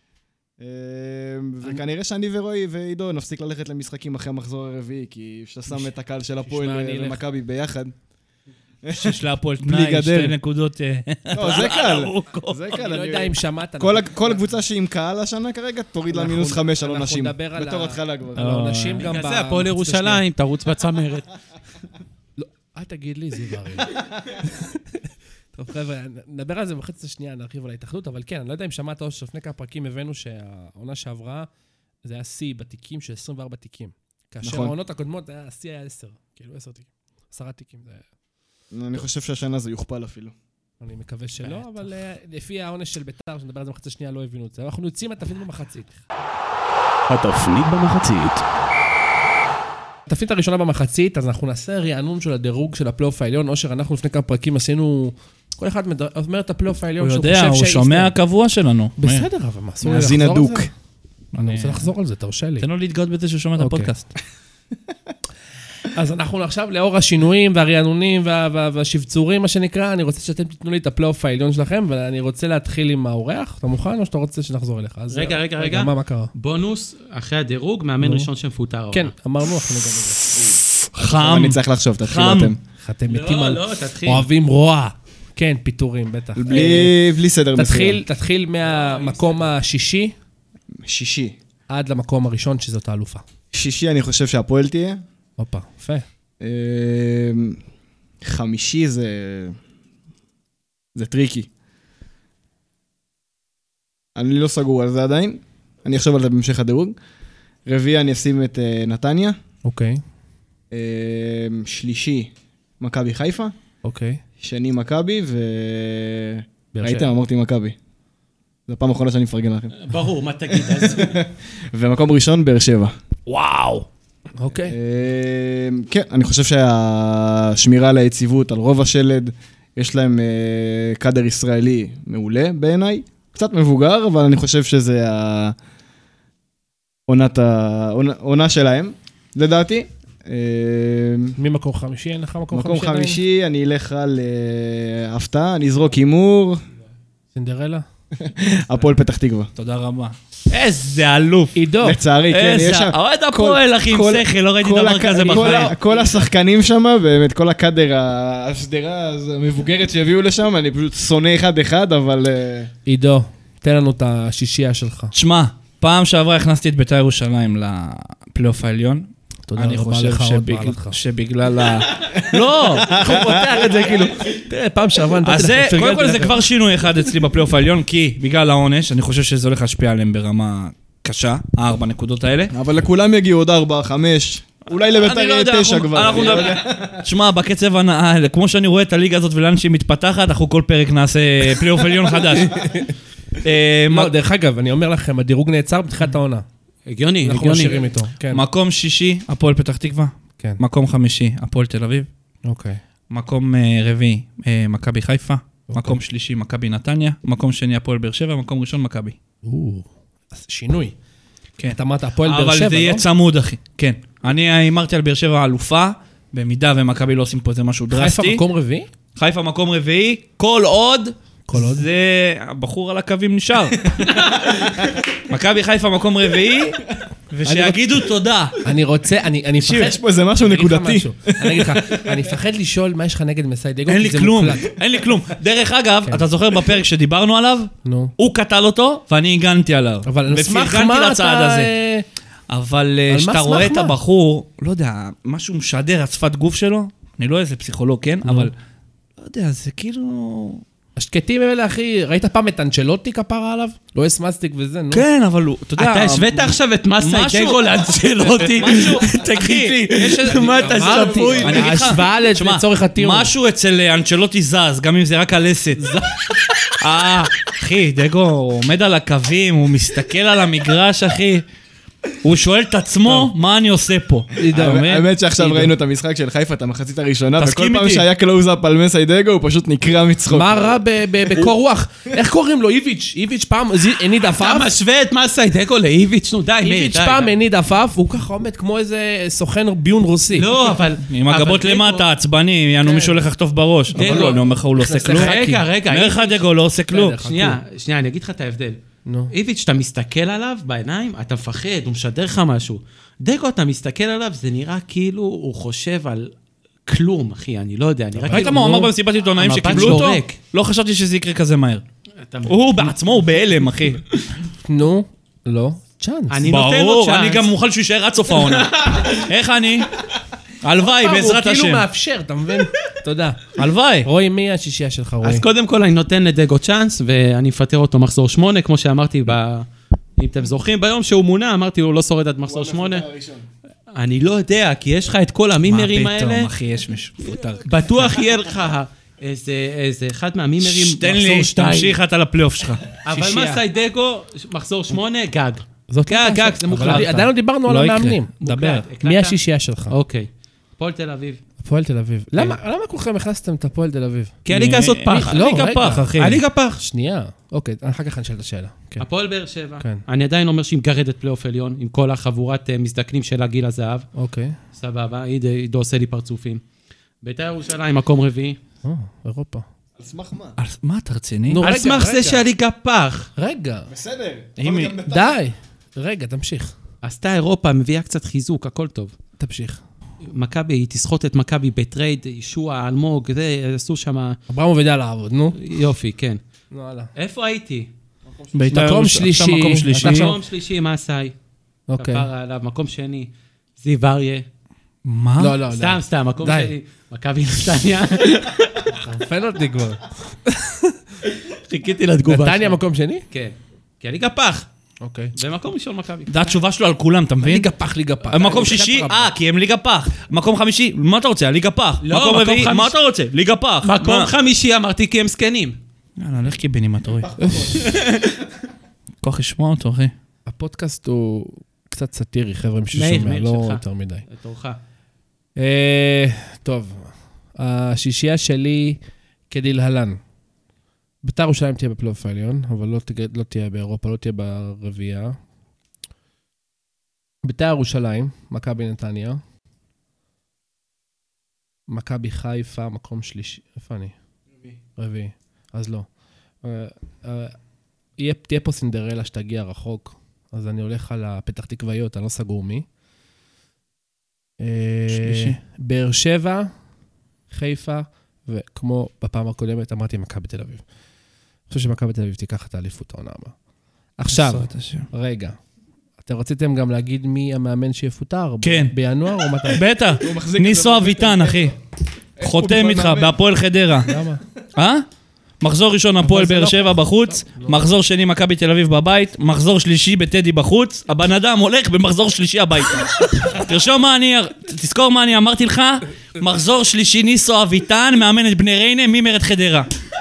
Speaker 4: וכנראה שאני ורועי ועידו נפסיק ללכת למשחקים אחרי המחזור הרביעי, כי שאתה שם את הקהל של הפועל ומכבי ביחד.
Speaker 3: שיש לה הפועל תנאי, 2 נקודות.
Speaker 4: לא, זה קל. זה קל.
Speaker 1: אני לא יודע אם שמעת.
Speaker 4: כל קבוצה שהיא עם קהל השנה כרגע, תוריד לה מינוס 5 על עונשים. בתור התחלה כבר.
Speaker 1: על העונשים גם
Speaker 2: זה הפועל ירושלים, תרוץ בצמרת.
Speaker 1: לא, אל תגיד לי, זיו ארי. טוב, חבר'ה, נדבר על זה בחצי השנייה, נרחיב על ההתאחדות, אבל כן, אני לא יודע אם שמעת או שלפני כמה פרקים הבאנו שהעונה שעברה, זה היה שיא בתיקים של 24 תיקים. כאשר העונות הקודמות, השיא היה 10, כאילו 10 תיקים, 10 תיקים.
Speaker 4: אני חושב שהשנה זה יוכפל אפילו.
Speaker 1: אני מקווה שלא, אבל לפי העונש של בית"ר, שנדבר על זה בחצי השנייה, לא הבינו את זה. אנחנו יוצאים מהתפנית במחצית.
Speaker 5: התפנית במחצית.
Speaker 1: התפנית הראשונה במחצית, אז אנחנו נעשה רענון של הדירוג של הפלייאוף העליון. אושר, אנחנו לפני כמה פרקים עשינו, כל אחד אומר את הפלייאוף העליון
Speaker 3: הוא יודע, הוא שומע הקבוע שלנו.
Speaker 1: בסדר, אבל מה, אסור לי
Speaker 4: מאזין
Speaker 1: לחזור על
Speaker 4: הדוק.
Speaker 1: זה? אני רוצה לחזור על זה, תרשה לי.
Speaker 3: תן לו להתגאות בזה שהוא שומע את הפודקאסט.
Speaker 1: אז אנחנו עכשיו, לאור השינויים והרענונים והשבצורים, מה שנקרא, אני רוצה שאתם תיתנו לי את הפלייאוף העליון שלכם, ואני רוצה להתחיל עם האורח. אתה מוכן או שאתה רוצה שנחזור אליך?
Speaker 2: רגע.
Speaker 1: מה קרה?
Speaker 2: בונוס, אחרי הדירוג, מאמן ראשון שמפוטר.
Speaker 1: כן, אמרנו, אנחנו נגמר את זה.
Speaker 3: חם.
Speaker 4: אני צריך לחשוב, תתחילו אתם.
Speaker 1: אתם מתים על...
Speaker 2: לא, תתחיל.
Speaker 1: אוהבים רוע. כן, פיטורים, בטח.
Speaker 4: בלי סדר מסוים.
Speaker 1: תתחיל מהמקום השישי.
Speaker 4: שישי.
Speaker 1: עד למקום הראשון, שזאת האלופה.
Speaker 4: שישי אני חושב שהפועל תהיה.
Speaker 1: הופה, יפה.
Speaker 4: חמישי זה טריקי. אני לא סגור על זה עדיין. אני אחשוב על זה בהמשך הדירוג. רביעי אני אשים את נתניה.
Speaker 1: אוקיי.
Speaker 4: שלישי, מכבי חיפה.
Speaker 1: אוקיי.
Speaker 4: שני מכבי ראיתם, אמרתי מכבי. זו הפעם האחרונה שאני מפרגן לכם.
Speaker 2: ברור, מה תגיד אז?
Speaker 4: ומקום ראשון, באר שבע.
Speaker 1: וואו. אוקיי.
Speaker 4: כן, אני חושב שהשמירה על היציבות, על רוב השלד, יש להם קאדר ישראלי מעולה בעיניי. קצת מבוגר, אבל אני חושב שזה העונה שלהם, לדעתי.
Speaker 1: ממקום חמישי, אין לך מקום חמישי?
Speaker 4: מקום חמישי, אני אלך על הפתעה, אני אזרוק הימור.
Speaker 1: סינדרלה?
Speaker 4: הפועל פתח תקווה.
Speaker 3: תודה רבה. איזה אלוף.
Speaker 1: עידו.
Speaker 4: לצערי, כן, יש שם...
Speaker 3: אוהד הפועל, אחי, עם שכל, לא ראיתי דבר כזה בחיים.
Speaker 4: כל השחקנים שם, באמת, כל הקאדר, השדרה המבוגרת שהביאו לשם, אני פשוט שונא אחד, אבל...
Speaker 1: עידו, תן לנו את השישייה שלך.
Speaker 3: תשמע, פעם שעברה הכנסתי את בית"ר ירושלים לפלייאוף העליון. אני חושב שבגלל ה... לא,
Speaker 1: הוא פותח את זה כאילו. תראה, פעם שעברה...
Speaker 3: אז קודם כל זה כבר שינוי אחד אצלי בפלייאוף העליון, כי בגלל העונש, אני חושב שזה הולך להשפיע עליהם ברמה קשה, 4 נקודות האלה.
Speaker 4: אבל לכולם יגיעו עוד 4, 5, אולי לבית"ר יהיה 9 כבר.
Speaker 3: תשמע, בקצב הנאה, כמו שאני רואה את הליגה הזאת ולאן שהיא מתפתחת, אנחנו כל פרק נעשה פלייאוף העליון חדש.
Speaker 1: דרך אגב, אני אומר לכם, הדירוג נעצר בתחילת העונה.
Speaker 2: הגיוני.
Speaker 1: אנחנו משאירים איתו.
Speaker 3: מקום שישי, הפועל פתח תקווה. מקום חמישי, הפועל תל אביב.
Speaker 1: אוקיי.
Speaker 3: מקום רביעי, מכבי חיפה. מקום שלישי, מכבי נתניה. מקום שני, הפועל באר שבע. מקום ראשון, מכבי.
Speaker 1: שינוי.
Speaker 3: כן.
Speaker 1: אתה אמרת, הפועל באר שבע, לא?
Speaker 3: אבל זה יהיה צמוד, אחי. כן. אני אמרתי על באר שבע אלופה, במידה ומכבי לא עושים פה איזה משהו דרסטי.
Speaker 1: חיפה מקום רביעי?
Speaker 3: חיפה מקום רביעי, כל עוד זה הבחור על הקווים נשאר. מכבי חיפה מקום רביעי, ושיגידו תודה.
Speaker 1: אני רוצה, אני מפחד...
Speaker 4: יש פה איזה משהו נקודתי.
Speaker 1: אני אגיד לך, אני מפחד לשאול מה יש לך נגד מסיידגו,
Speaker 3: אין
Speaker 1: כי
Speaker 3: לי
Speaker 1: זה
Speaker 3: כלום,
Speaker 1: מוקלט.
Speaker 3: אין לי כלום. דרך אגב, אתה זוכר בפרק שדיברנו עליו?
Speaker 1: נו.
Speaker 3: הוא קטל אותו, ואני הגנתי עליו.
Speaker 1: אבל על סמך
Speaker 3: ופרגנתי
Speaker 1: מה
Speaker 3: לצעד
Speaker 1: אתה...
Speaker 3: הזה. אבל
Speaker 1: על מה
Speaker 3: כשאתה
Speaker 1: סמך
Speaker 3: רואה את
Speaker 1: מה?
Speaker 3: הבחור, לא יודע, משהו משדר, השפת גוף שלו, אני לא איזה פסיכולוג, כן? אבל, לא יודע, זה כאילו...
Speaker 1: השקטים האלה, אחי, ראית פעם את אנצ'לוטי כפרה עליו? לא אסמאסטיק וזה, נו.
Speaker 3: כן, אבל הוא, אתה יודע...
Speaker 2: אתה השווית עכשיו את מסיידגו לאנצ'לוטי? תגיד לי, מה אתה שפוי?
Speaker 3: אני אגיד לך,
Speaker 1: ההשוואה לצורך הטיעון.
Speaker 3: משהו אצל אנצ'לוטי זז, גם אם זה רק הלסת. אחי, דגו עומד על הקווים, הוא מסתכל על המגרש, אחי. הוא שואל את עצמו, מה אני עושה פה?
Speaker 4: האמת שעכשיו ראינו את המשחק של חיפה, את המחצית הראשונה, וכל
Speaker 3: תסכים
Speaker 4: פעם
Speaker 3: איתי.
Speaker 4: שהיה קלוז-אפ על מסיידגו, הוא פשוט נקרע מצחוק.
Speaker 1: מה רע בקור רוח? איך קוראים לו? איביץ' פעם הניד
Speaker 2: אתה
Speaker 1: עפף?
Speaker 2: משווה את מסיידגו לאיביץ', נו די, מאיר, די.
Speaker 1: איביץ' פעם הניד עפף, הוא ככה עומד כמו איזה סוכן ביון רוסי.
Speaker 2: לא, אבל...
Speaker 3: עם הגבות
Speaker 2: אבל
Speaker 3: למטה, עצבני, יענו מישהו הולך לחטוף בראש. אבל לא, אני אומר לך, הוא לא עושה כלום.
Speaker 2: רגע,
Speaker 3: אומר לך, דגו, לא עושה כלום.
Speaker 2: שנייה, אני אגיד לך את ההבדל.
Speaker 1: נו.
Speaker 2: איביץ', אתה מסתכל עליו בעיניים, אתה מפחד, הוא משדר לך משהו. דגו, אתה מסתכל עליו, זה נראה כאילו הוא חושב על כלום, אחי, אני לא יודע.
Speaker 3: ראית מה הוא אמר במסיבת עיתונאים
Speaker 2: המבט
Speaker 3: שקיבלו אותו?
Speaker 2: שורק.
Speaker 3: לא חשבתי שזה יקרה כזה מהר. הוא בעצמו, הוא בהלם, אחי.
Speaker 1: נו, לא, צ'אנס.
Speaker 2: אני נותן לו
Speaker 3: ברור,
Speaker 2: צ'אנס.
Speaker 3: אני גם מוכן שהוא יישאר עד סוף העונה. איך אני? הלוואי, בעזרת
Speaker 1: הוא כאילו
Speaker 3: השם.
Speaker 1: מאפשר, אתה מבין? תודה.
Speaker 3: הלוואי.
Speaker 1: רועי, מי השישייה שלך, רועי?
Speaker 2: אז קודם כל אני נותן לדגו צ'אנס, ואני אפטר אותו מחזור 8, כמו שאמרתי, אם אתם זוכרים, ביום שהוא מונה, אמרתי, הוא לא שורד עד מחזור 8. אני לא יודע, כי יש לך את כל המימרים האלה,
Speaker 3: מה פתאום, אחי, יש מישהו מפוטר.
Speaker 2: בטוח יהיה לך איזה אחד מהמימרים
Speaker 3: תן לי,
Speaker 2: מחזור 2.
Speaker 3: תמשיך אתה לפלייאוף שלך.
Speaker 2: אבל מסיידגו, מחזור 8, גג.
Speaker 1: זאת
Speaker 2: גג, זה מוחלט.
Speaker 1: עדיין לא דיברנו על
Speaker 3: לא יקרה.
Speaker 1: המאמנים.
Speaker 3: דבר.
Speaker 2: הקלטת?
Speaker 1: מי השישייה שלך?
Speaker 2: אוקיי. הפועל תל אביב.
Speaker 1: הפועל תל אביב. למה כולכם הכנסתם את הפועל תל אביב?
Speaker 2: כי הליגה הזאת פח.
Speaker 1: לא,
Speaker 3: ליגה
Speaker 1: רגע.
Speaker 3: פח, אחי.
Speaker 2: הליגה פח.
Speaker 1: שנייה. אוקיי, אחר כך אני אשאל את השאלה. כן.
Speaker 2: הפועל באר שבע.
Speaker 1: כן.
Speaker 2: אני עדיין אומר שהיא מגרדת פלייאוף עליון, עם כל החבורת מזדקנים של הגיל הזהב.
Speaker 1: אוקיי.
Speaker 2: סבבה, עידו עושה לי פרצופים. בית"ר ירושלים, מקום רביעי.
Speaker 1: אירופה.
Speaker 4: על סמך מה?
Speaker 3: מה, אתה רציני?
Speaker 1: נו,
Speaker 2: על
Speaker 1: רגע,
Speaker 2: סמך זה
Speaker 1: רגע.
Speaker 2: שהליגה פח.
Speaker 1: רגע,
Speaker 4: בסדר.
Speaker 1: די. רגע, תמשיך.
Speaker 2: עשתה אירופה, מביאה קצת חיזוק, הכל טוב.
Speaker 1: תמשיך.
Speaker 2: מכבי, היא תסחוט את מכבי בטרייד, ישוע, אלמוג, זה, עשו שם...
Speaker 1: אברמוב ידע לעבוד, נו.
Speaker 2: יופי, כן.
Speaker 1: נו, הלאה.
Speaker 2: איפה הייתי?
Speaker 1: מקום שלישי.
Speaker 3: מקום שלישי.
Speaker 1: אתה
Speaker 2: מקום שלישי, מסאי.
Speaker 1: אוקיי.
Speaker 2: כפרה עליו, מקום שני. זיו אריה.
Speaker 3: מה?
Speaker 1: לא, לא,
Speaker 2: סתם, מקום
Speaker 1: די.
Speaker 2: שני. מכבי נתניה.
Speaker 1: חרפן אותי כבר.
Speaker 2: חיכיתי לתגובה.
Speaker 1: נתניה מקום שני?
Speaker 2: כן. כי הליגה פח.
Speaker 1: אוקיי.
Speaker 2: ומקום ראשון מכבי.
Speaker 3: זה התשובה שלו על כולם, אתה מבין?
Speaker 1: ליגה פח, ליגה פח.
Speaker 3: מקום שישי, כי הם ליגה פח. מקום חמישי, מה אתה רוצה? ליגה פח.
Speaker 2: לא,
Speaker 3: מקום
Speaker 2: מקום
Speaker 3: רביעי,
Speaker 2: חמישי.
Speaker 3: מה אתה רוצה? ליגה פח.
Speaker 2: מקום
Speaker 3: מה?
Speaker 2: חמישי אמרתי כי הם זקנים.
Speaker 3: יאללה, לך קיבינימט, רועי. כוח לשמוע אותו, אחי.
Speaker 1: הפודקאסט הוא קצת סאטירי, חבר'ה, מי
Speaker 2: מאיר,
Speaker 1: ששומע,
Speaker 2: מאיר
Speaker 1: לא
Speaker 2: שלך.
Speaker 1: יותר מדי.
Speaker 2: לתורך.
Speaker 1: טוב, השישייה שלי כדלהלן. בית"ר ירושלים תהיה בפלייאוף העליון, אבל לא תהיה באירופה, לא תהיה ברביעייה. בית"ר ירושלים, מכבי נתניה. מכבי חיפה, מקום שלישי. איפה אני? רביעי. אז לא. תהיה פה סינדרלה שתגיע רחוק, אז אני הולך על הפתח תקוויות, אני לא סגור מי.
Speaker 3: שלישי.
Speaker 1: באר שבע, חיפה, וכמו בפעם הקודמת אמרתי מכבי תל אביב. אני חושב שמכבי תל אביב תיקח את האליפות העונה הבאה. עכשיו, רגע, אתם רציתם גם להגיד מי המאמן שיפוטר?
Speaker 3: כן.
Speaker 1: בינואר או מתי?
Speaker 3: בטח, ניסו אביטן, אחי. חותם איתך, בהפועל חדרה.
Speaker 1: למה?
Speaker 3: מחזור ראשון הפועל
Speaker 1: זה
Speaker 3: באר
Speaker 1: לא
Speaker 3: שבע בחוץ, מחזור שני מכבי תל אביב בבית, מחזור שלישי בטדי בחוץ, הבן אדם הולך במחזור שלישי הביתה. תרשום תזכור מה אני אמרתי לך, מחזור שלישי ניסו אביטן, מאמן את בני ריינה, מימר את חדרה.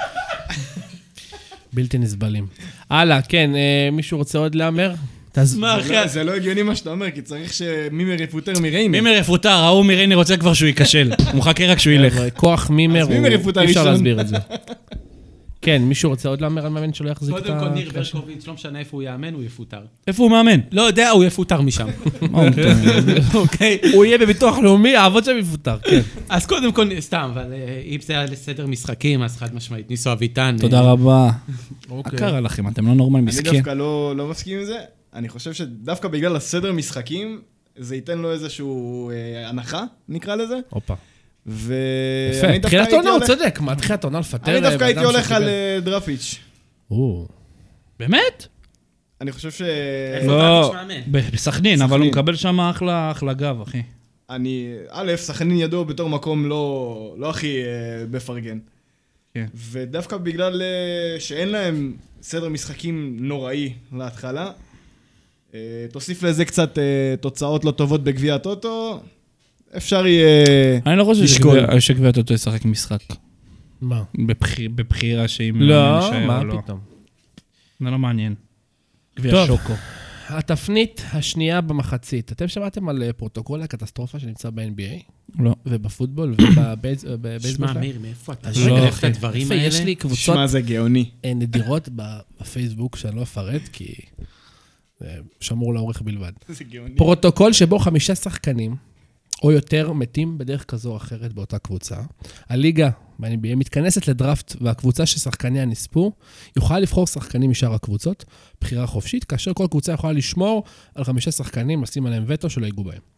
Speaker 1: בלתי נסבלים. הלאה, כן, מישהו רוצה עוד לאמר?
Speaker 2: מה אחרי?
Speaker 4: זה לא הגיוני מה שאתה אומר, כי צריך שמימר יפוטר מריינה.
Speaker 3: מימר יפוטר, ההוא מריינה רוצה כבר שהוא ייכשל. הוא מחכה רק שהוא ילך.
Speaker 1: כוח מימר,
Speaker 4: אז מימר יפוטר
Speaker 1: אי אפשר
Speaker 4: ראשון.
Speaker 1: להסביר את זה. כן, מישהו רוצה עוד לאמר על מאמן שלא יחזיק את
Speaker 2: קודם כל ניר ברקוביץ', לא משנה איפה הוא יאמן, הוא יפוטר.
Speaker 3: איפה הוא מאמן?
Speaker 2: לא יודע, הוא יפוטר משם. אוקיי.
Speaker 1: הוא יהיה בביטוח לאומי, העבוד שם יפוטר, כן.
Speaker 2: אז קודם כל, סתם, אבל אם זה היה לסדר משחקים, אז חד משמעית, ניסו אביטן.
Speaker 3: תודה רבה. מה
Speaker 1: אוקיי.
Speaker 3: קרה לכם? אתם לא נורמל
Speaker 4: אני
Speaker 3: מסכן.
Speaker 4: דווקא לא מסכים עם זה. אני חושב שדווקא בגלל הסדר משחקים, זה ייתן לו איזשהו הנחה, נקרא לזה.
Speaker 1: הופה.
Speaker 4: ואני דווקא
Speaker 1: תחילת
Speaker 4: הייתי
Speaker 1: עונה, הוא
Speaker 4: הולך...
Speaker 1: צודק, מה תחילת עונה לפטר?
Speaker 4: אני דווקא הייתי
Speaker 1: באדם
Speaker 4: הולך
Speaker 1: שקיבל.
Speaker 4: על דרפיץ'.
Speaker 3: באמת?
Speaker 4: אני חושב ש...
Speaker 2: איפה
Speaker 3: לא,
Speaker 2: אתה מאמן?
Speaker 3: בסכנין, אבל הוא
Speaker 4: סכנין.
Speaker 3: מקבל שם אחלה גב, אחי.
Speaker 4: סכנין ידוע בתור מקום לא הכי בפרגן.
Speaker 3: כן.
Speaker 4: ודווקא בגלל שאין להם סדר משחקים נוראי להתחלה, תוסיף לזה קצת תוצאות לא טובות בגביע הטוטו, אפשר יהיה
Speaker 3: אני לא חושב
Speaker 4: לשקול.
Speaker 3: שגביע הטוטו ישחק משחק.
Speaker 1: מה?
Speaker 3: בבחירה שאם...
Speaker 1: לא,
Speaker 3: יישאר
Speaker 1: מה
Speaker 3: או לא.
Speaker 1: פתאום.
Speaker 3: זה לא מעניין. גביע
Speaker 1: טוב.
Speaker 3: שוקו.
Speaker 1: התפנית השנייה במחצית. אתם שמעתם על פרוטוקול הקטסטרופה שנמצא ב-NBA?
Speaker 3: לא.
Speaker 1: ובפוטבול ובבייסבול?
Speaker 2: שמע, מאיר, מאיפה אתה?
Speaker 1: אז רגע,
Speaker 2: איך את הדברים
Speaker 1: יפה,
Speaker 2: האלה?
Speaker 1: יש לי קבוצות
Speaker 4: שמע, זה גאוני.
Speaker 1: נדירות בפייסבוק שאני לא אפרט, כי זה שמור לאורך בלבד.
Speaker 4: זה גאוני.
Speaker 1: פרוטוקול שבו 5 שחקנים או יותר מתים בדרך כזו או אחרת באותה קבוצה. הליגה ב-NBA מתכנסת לדראפט, והקבוצה ששחקניה נספו יוכל לבחור שחקנים משאר הקבוצות, בחירה חופשית, כאשר כל קבוצה יכולה לשמור על 5 שחקנים, לשים עליהם וטו שלא ייגעו בהם.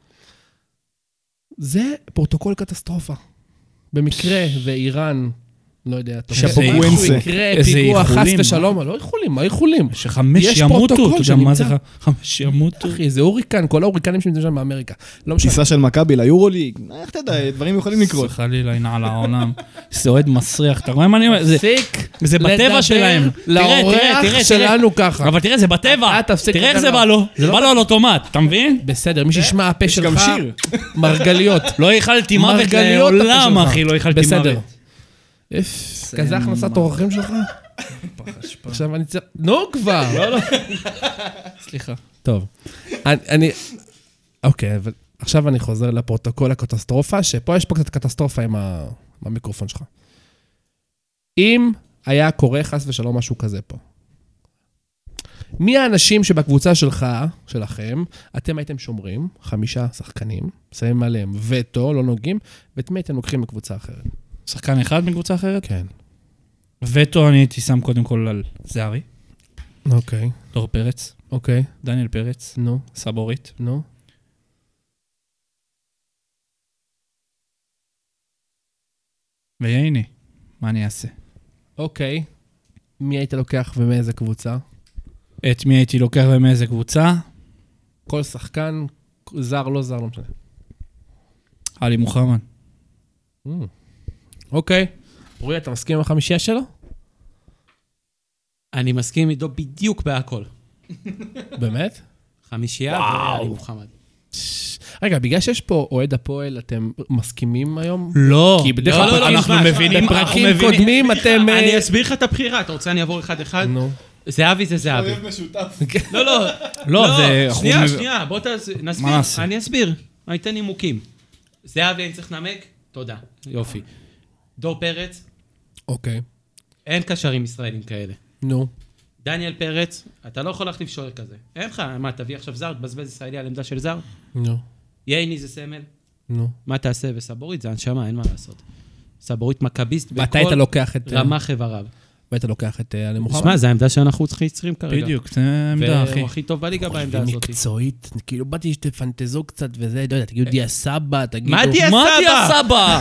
Speaker 1: זה פרוטוקול קטסטרופה. במקרה ואיראן, לא יודע,
Speaker 4: שבוקוונסה.
Speaker 1: יקרה
Speaker 3: איזה
Speaker 1: פיגוע חס
Speaker 3: איחולים,
Speaker 1: ושלום, לא איחולים, מה איחולים?
Speaker 3: שחמש
Speaker 1: יש
Speaker 3: ימותו,
Speaker 1: פרוטוקול
Speaker 3: אתה יודע מה זה
Speaker 1: שנמצא.
Speaker 3: 5 ימותו?
Speaker 1: אחי, זה הוריקן, כל ההוריקנים שנמצאים שם באמריקה. לא משנה.
Speaker 4: טיסה של מכבי ליורוליג, איך תדע, דברים יכולים לקרות.
Speaker 3: חלילה, הנה על העולם. זה אוהד מסריח, אתה רואה מה אני אומר?
Speaker 1: תפסיק
Speaker 3: זה בטבע שלהם.
Speaker 1: לאורח שלנו ככה.
Speaker 3: אבל תראה, זה בטבע.
Speaker 1: אתה תפסיק
Speaker 3: תראה איך
Speaker 1: לדבר.
Speaker 3: זה בא לו. זה בא לו על אוטומט, אתה מבין?
Speaker 1: בסדר, מי שישמע הפה
Speaker 4: יש גם
Speaker 1: שלך,
Speaker 4: שיר.
Speaker 1: מרגליות.
Speaker 3: לא איכלתי מוות
Speaker 1: מרגליות
Speaker 3: לעולם,
Speaker 1: הפה שלך.
Speaker 3: אחי, לא איכלתי מוות.
Speaker 1: בסדר. כזה הכנסת אורחים שלך? עכשיו אני צריך... נו כבר.
Speaker 3: סליחה.
Speaker 1: טוב. אני... אוקיי, אבל עכשיו אני חוזר לפרוטוקול הקטסטרופה, שפה יש פה קצת קטסטרופה עם המיקרופון שלך. אם היה קורה חס ושלום משהו כזה פה, מי האנשים שבקבוצה שלך, שלכם, אתם הייתם שומרים, 5 שחקנים, שמים עליהם וטו, לא נוגעים, ואת מי הייתם לוקחים בקבוצה אחרת?
Speaker 3: שחקן אחד מקבוצה אחרת?
Speaker 1: כן.
Speaker 3: וטו אני הייתי שם קודם כל על זהרי,
Speaker 1: אוקיי,
Speaker 3: דור פרץ,
Speaker 1: אוקיי,
Speaker 3: דניאל פרץ,
Speaker 1: נו,
Speaker 3: סבורית.
Speaker 1: נו.
Speaker 3: והנה, מה אני אעשה?
Speaker 1: אוקיי. מי היית לוקח ומאיזה קבוצה?
Speaker 3: את מי הייתי לוקח ומאיזה קבוצה?
Speaker 1: כל שחקן, זר, לא זר, לא משנה.
Speaker 3: עלי מוחמד.
Speaker 1: אוקיי. רועי, אתה מסכים עם החמישייה שלו?
Speaker 2: אני מסכים איתו בדיוק בהכל.
Speaker 1: באמת?
Speaker 2: חמישייה ועלי מוחמד.
Speaker 1: רגע, בגלל שיש פה אוהד הפועל, אתם מסכימים היום?
Speaker 3: לא,
Speaker 1: כי בדרך
Speaker 2: לא,
Speaker 1: כלל
Speaker 2: לא,
Speaker 3: אנחנו
Speaker 2: נשמע,
Speaker 3: מבינים,
Speaker 1: בפרקים קודמים אתם...
Speaker 2: אני אסביר לך את הבחירה, אתה רוצה אני אעבור אחד-אחד?
Speaker 1: נו.
Speaker 2: זהבי זה זהבי.
Speaker 4: אוהב משותף.
Speaker 2: לא, לא.
Speaker 3: לא, זה...
Speaker 2: שנייה, בוא נסביר.
Speaker 3: מה נעשה?
Speaker 2: אני אסביר. אני אתן נימוקים. זהבי, אני צריך לנמק? תודה. יופי. דור פרץ,
Speaker 1: אוקיי.
Speaker 2: אין קשרים ישראלים כאלה.
Speaker 1: נו.
Speaker 2: דניאל פרץ, אתה לא יכול להחליף שוער כזה. אין לך, מה, תביא עכשיו זר, תבזבז ישראלי על עמדה של זר?
Speaker 1: נו.
Speaker 2: ייני זה סמל.
Speaker 1: נו.
Speaker 2: מה תעשה? וסבורית זה הנשמה, אין מה לעשות. סבורית מכביסט
Speaker 1: ואתה היית לוקח את...
Speaker 2: רמ"ח איבריו.
Speaker 1: והיית לוקח את עלי מוחמד?
Speaker 2: תשמע, זו העמדה שאנחנו צריכים כרגע.
Speaker 3: בדיוק, זה עמדה, אחי.
Speaker 2: והוא הכי טוב בליגה בעמדה הזאת.
Speaker 1: מקצועית, כאילו באתי שתפנטזו קצת וזה, לא יודע, תגידו דיה סבא, תגידו...
Speaker 2: מה דיה
Speaker 3: מה
Speaker 2: סבא?
Speaker 3: סבא?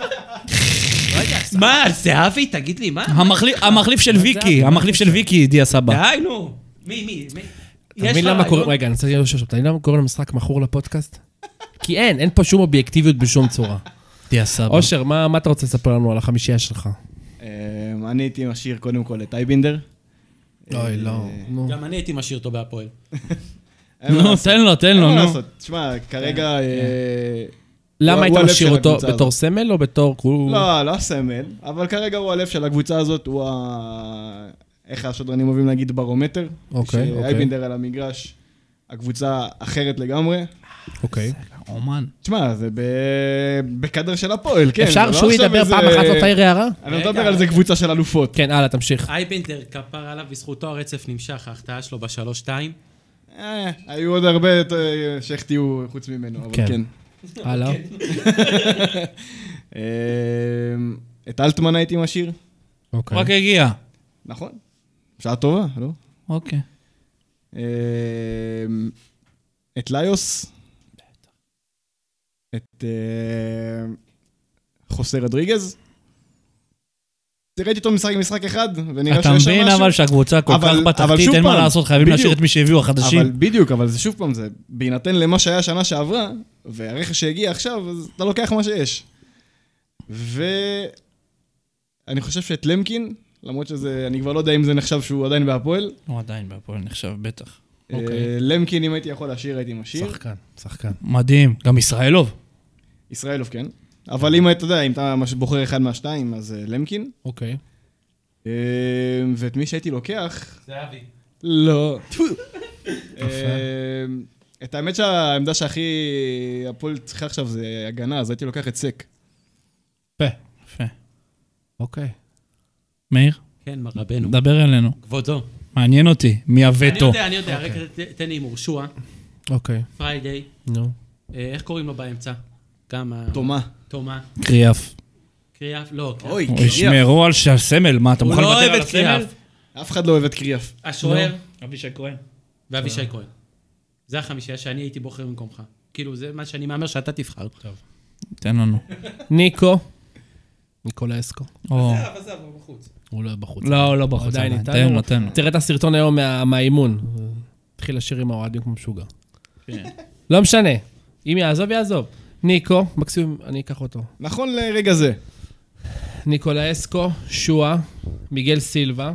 Speaker 2: מה, זהבי? תגיד לי, מה?
Speaker 3: המחליף של ויקי, המחליף של ויקי, דיה סבא.
Speaker 2: די, נו. מי?
Speaker 1: אתה מבין למה קוראים... רגע, אני רוצה להגיד לך, אתה מבין למה קוראים למשחק מכור לפודקאסט? כי אין פה שום אובייקטיביות בשום צורה.
Speaker 3: דיה סבא.
Speaker 1: אושר, מה אתה רוצה לספר לנו על החמישייה שלך?
Speaker 4: אני הייתי משאיר קודם כל את אייבינדר.
Speaker 1: אוי, לא. נו.
Speaker 2: גם אני הייתי משאיר אותו בהפועל.
Speaker 3: נו, תן לו,
Speaker 4: אין מה
Speaker 3: נו.
Speaker 4: לעשות. תשמע, כרגע...
Speaker 1: למה
Speaker 4: הוא
Speaker 1: היית
Speaker 4: הלב
Speaker 1: משאיר
Speaker 4: של
Speaker 1: אותו
Speaker 4: הקבוצה
Speaker 1: בתור
Speaker 4: הזאת.
Speaker 1: סמל או בתור...
Speaker 4: לא סמל, אבל כרגע הוא הלב של הקבוצה הזאת, הוא איך השדרנים אוהבים להגיד ברומטר.
Speaker 1: אוקיי.
Speaker 4: שאייבינדר על המגרש, הקבוצה אחרת לגמרי.
Speaker 1: אוקיי.
Speaker 3: אומן.
Speaker 4: תשמע, זה בקדר של הפועל, כן.
Speaker 1: אפשר
Speaker 4: זה לא
Speaker 1: שהוא
Speaker 4: עכשיו
Speaker 1: ידבר
Speaker 4: איזה-
Speaker 1: פעם אחת לא תעיר הערה?
Speaker 4: אני לא מדבר על זה קבוצה של אלופות.
Speaker 1: כן, הלאה, תמשיך.
Speaker 2: אייבנדר כפר עליו, בזכותו הרצף נמשך, ההחטאה שלו ב3-2.
Speaker 4: היו עוד הרבה שהחטיאו חוץ ממנו, אבל
Speaker 1: כן.
Speaker 4: כן.
Speaker 1: הלאה.
Speaker 4: את אלטמן הייתי משאיר,
Speaker 1: אוקיי.
Speaker 3: רק הגיע.
Speaker 4: נכון? שעה טובה, לא?
Speaker 3: אוקיי.
Speaker 4: את ליוס. את חוסה רודריגז. ראיתי אותו משחק אחד, ונראה שיש שם משהו.
Speaker 3: אתה מבין אבל שהקבוצה כל כך בתחתית, אין מה לעשות, חייבים להשאיר את מי שהביאו החדשים.
Speaker 4: אבל בדיוק, אבל זה שוב פעם, זה בהינתן למה שהיה שנה שעברה, והרכש שהגיע עכשיו, אז אתה לוקח מה שיש. ואני חושב שאת למקין, למרות שזה, אני כבר לא יודע אם זה נחשב שהוא עדיין בהפועל.
Speaker 3: הוא עדיין בהפועל נחשב, בטח.
Speaker 4: למקין, אם הייתי יכול להשאיר, הייתי משאיר.
Speaker 1: שחקן.
Speaker 3: מדהים, גם ישראלוב.
Speaker 4: ישראלוב, כן. אבל אם אתה יודע, אם אתה בוחר אחד מהשתיים, אז למקין.
Speaker 1: אוקיי.
Speaker 4: ואת מי שהייתי לוקח...
Speaker 2: זה אבי.
Speaker 4: לא. את האמת שהעמדה שהכי הפועל צריכה עכשיו זה הגנה, אז הייתי לוקח את סק.
Speaker 3: יפה.
Speaker 1: אוקיי.
Speaker 3: מאיר?
Speaker 2: כן, רבנו.
Speaker 3: דבר אלינו.
Speaker 2: כבודו.
Speaker 3: מעניין אותי, מי הווטו.
Speaker 2: אני יודע, רגע, תן לי הימור. שועה,
Speaker 1: אוקיי.
Speaker 2: פריידיי,
Speaker 1: נו.
Speaker 2: איך קוראים לו באמצע? תומה.
Speaker 3: קריאף.
Speaker 2: קריאף? לא, קריאף.
Speaker 4: אוי,
Speaker 3: ישמרו על שהסמל, מה, אתה
Speaker 2: הוא
Speaker 3: מוכן
Speaker 2: לא
Speaker 3: לוותר
Speaker 2: אוהב
Speaker 3: על
Speaker 2: את
Speaker 3: הסמל?
Speaker 2: קריאף.
Speaker 4: אף אחד לא אוהב את קריאף.
Speaker 2: השוער
Speaker 3: אבישי כהן.
Speaker 2: ואבישי כהן. זה החמישייה שאני הייתי בוחר במקומך. כאילו, זה מה שאני מאמר שאתה תבחר. טוב.
Speaker 3: תן לנו.
Speaker 1: ניקולסקו.
Speaker 2: עזב, הוא בחוץ.
Speaker 1: הוא לא בחוץ.
Speaker 3: לא, הוא לא בחוץ.
Speaker 1: עדיין
Speaker 3: תן
Speaker 1: איתנו.
Speaker 3: לו.
Speaker 1: תראה את הסרטון היום מהאימון. התחיל לשיר עם האוהדים כמו משוגע. לא משנה. אם יעזוב. ניקו, מקסימום אני אקח אותו.
Speaker 4: נכון לרגע זה.
Speaker 1: ניקולסקו, שואה, מיגל סילבה.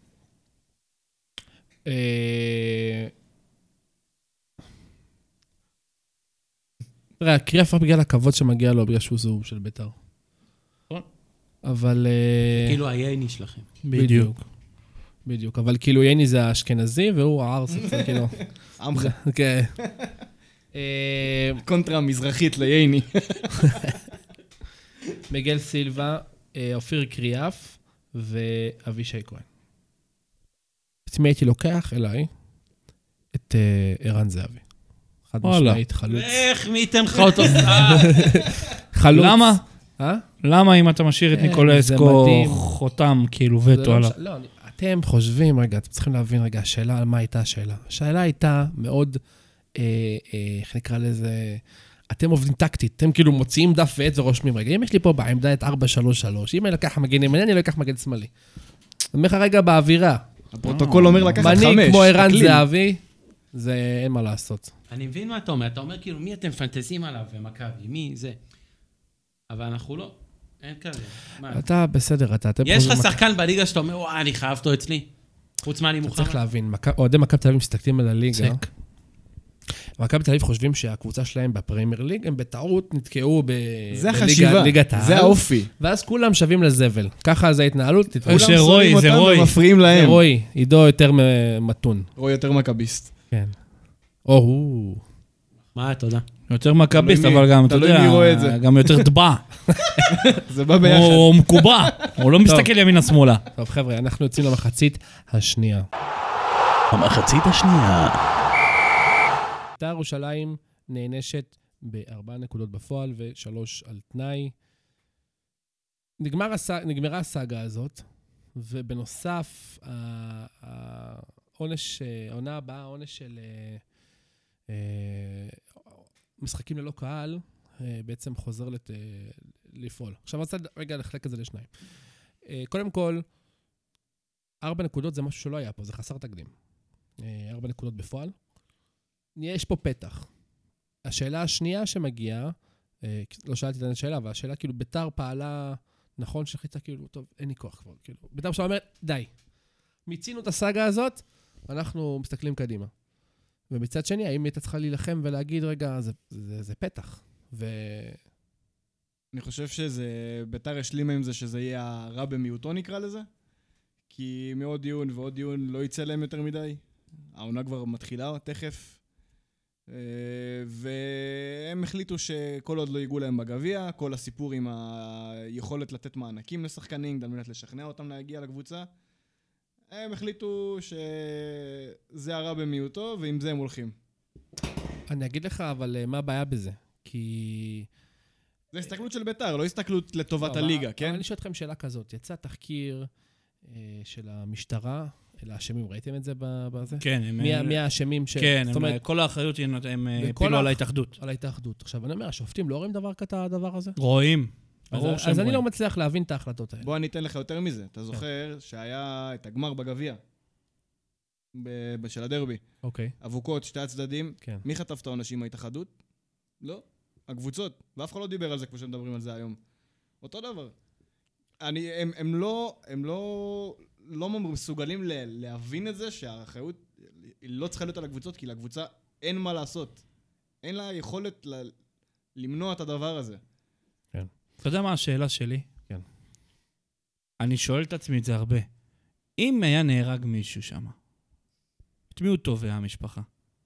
Speaker 1: תראה, קריאף רק בגלל הכבוד שמגיע לו, בגלל שהוא זהוב של בית"ר. אבל...
Speaker 2: כאילו הייני שלכם.
Speaker 1: בדיוק. אבל כאילו ייני זה האשכנזי, והוא הערס, כאילו...
Speaker 4: עמך.
Speaker 1: כן.
Speaker 4: קונטרה מזרחית לייני.
Speaker 1: מיגל סילבה, אופיר קריאף ואבישי כהן. את מי הייתי לוקח אליי? את ערן זהבי. חד משמעית, חלוץ.
Speaker 2: איך מי ייתן לך אותו?
Speaker 1: חלוץ.
Speaker 3: למה?
Speaker 1: אה?
Speaker 3: למה אם אתה משאיר את ניקולסקו חותם, כאילו, וטו עליו?
Speaker 1: לא, אתם חושבים, רגע, אתם צריכים להבין רגע, השאלה, על מה הייתה השאלה? השאלה הייתה מאוד, איך נקרא לזה, אתם עובדים טקטית, אתם כאילו מוציאים דף ועט ורושמים, רגע, אם יש לי פה בעמדה את 4-3-3, אם אני לקח מגן ימני, אני לא אקח מגן שמאלי. אני אומר לך רגע באווירה.
Speaker 4: הפרוטוקול אומר לקחת 5.
Speaker 1: מנהיג כמו ערן זהבי, זה אין מה לעשות.
Speaker 2: אני מבין מה אתה אומר. אתה אומר כאילו, מי אתם פנטזים עליו ומכבי? מי זה? אבל אנחנו לא. אין כאלה.
Speaker 1: אתה בסדר, אתם...
Speaker 2: יש לך שחקן בליגה שאתה אומר, וואי, אני חייב אותו אצלי. חוץ מה אני מוכן.
Speaker 1: צריך להבין, אוהדי מכבי תל אביב מסתכלים על הליגה. מכבי תל אביב חושבים שהקבוצה שלהם בפרמייר ליג, הם בטעות נתקעו בליגת העל.
Speaker 4: זה האופי.
Speaker 1: ואז כולם שווים לזבל. ככה זה ההתנהלות.
Speaker 4: כולם שמים אותם ומפריעים להם.
Speaker 1: זה רוי, עידו יותר מתון.
Speaker 4: רוי יותר מכביסט.
Speaker 1: כן.
Speaker 2: מה, תודה.
Speaker 3: יותר מכביסט, אבל גם, אתה יודע, גם יותר דבע.
Speaker 4: זה בא ביחד.
Speaker 3: הוא מקובע, הוא לא מסתכל ימינה שמאלה.
Speaker 1: טוב, חבר'ה, אנחנו יוצאים למחצית השנייה.
Speaker 5: המחצית השנייה.
Speaker 1: בית"ר ירושלים נענשת ב4 נקודות בפועל ו3 על תנאי. נגמרה הסאגה הזאת, ובנוסף, העונה הבאה, העונש של משחקים ללא קהל, בעצם חוזר לפעול. עכשיו, אני רוצה רגע לחלק את זה לשניים. קודם כל, 4 נקודות זה משהו שלא היה פה, זה חסר תקדים. 4 נקודות בפועל. יש פה פתח. השאלה השנייה שמגיעה, לא שאלתי את השאלה, אבל השאלה כאילו, בית"ר פעלה נכון שחיצה כאילו, טוב, אין לי כוח כבר. כאילו, בית"ר עכשיו אומר, די. מיצינו את הסאגה הזאת, אנחנו מסתכלים קדימה. ומצד שני, האם היית צריכה להילחם ולהגיד, רגע, זה פתח.
Speaker 4: אני חושב שזה, בית"ר השלימה עם זה שזה יהיה הרע במיעוטו נקרא לזה, כי מעוד דיון ועוד דיון לא יצא להם יותר מדי. העונה כבר מתחילה תכף, והם החליטו שכל עוד לא ייגעו להם בגביע, כל הסיפור עם היכולת לתת מענקים לשחקנים, על מנת לשכנע אותם להגיע לקבוצה, הם החליטו שזה הרע במיעוטו, ועם זה הם הולכים.
Speaker 1: אני אגיד לך, אבל מה הבעיה בזה? כי...
Speaker 4: זה הסתכלות של בית"ר, לא הסתכלות לטובת הליגה, כן?
Speaker 1: אבל אני שואל אתכם שאלה כזאת. יצא תחקיר של המשטרה לאשמים, ראיתם את זה בזה?
Speaker 3: כן,
Speaker 1: מי האשמים ש...
Speaker 3: כן,
Speaker 1: זאת אומרת,
Speaker 3: כל האחריות הם הפילו על ההתאחדות.
Speaker 1: על ההתאחדות. עכשיו, אני אומר, השופטים לא רואים הדבר הזה?
Speaker 3: רואים.
Speaker 1: אז אני לא מצליח להבין את ההחלטות האלה.
Speaker 4: בוא אני אתן לך יותר מזה. אתה זוכר שהיה את הגמר בגביע, של הדרבי.
Speaker 1: אוקיי.
Speaker 4: אבוקות, שתי הצדדים.
Speaker 1: כן.
Speaker 4: מי חטף את העונשים, ההתאחדות? לא, הקבוצות. ואף אחד לא דיבר על זה כמו שמדברים על זה היום. אותו דבר. הם לא מסוגלים להבין את זה שהאחריות היא לא צריכה להיות על הקבוצות, כי לקבוצה אין מה לעשות. אין לה יכולת למנוע את הדבר הזה.
Speaker 1: כן.
Speaker 3: אתה יודע מה השאלה שלי?
Speaker 1: כן.
Speaker 3: אני שואל את עצמי את זה הרבה. אם היה נהרג מישהו שם, את מי הוא תובע המשפחה?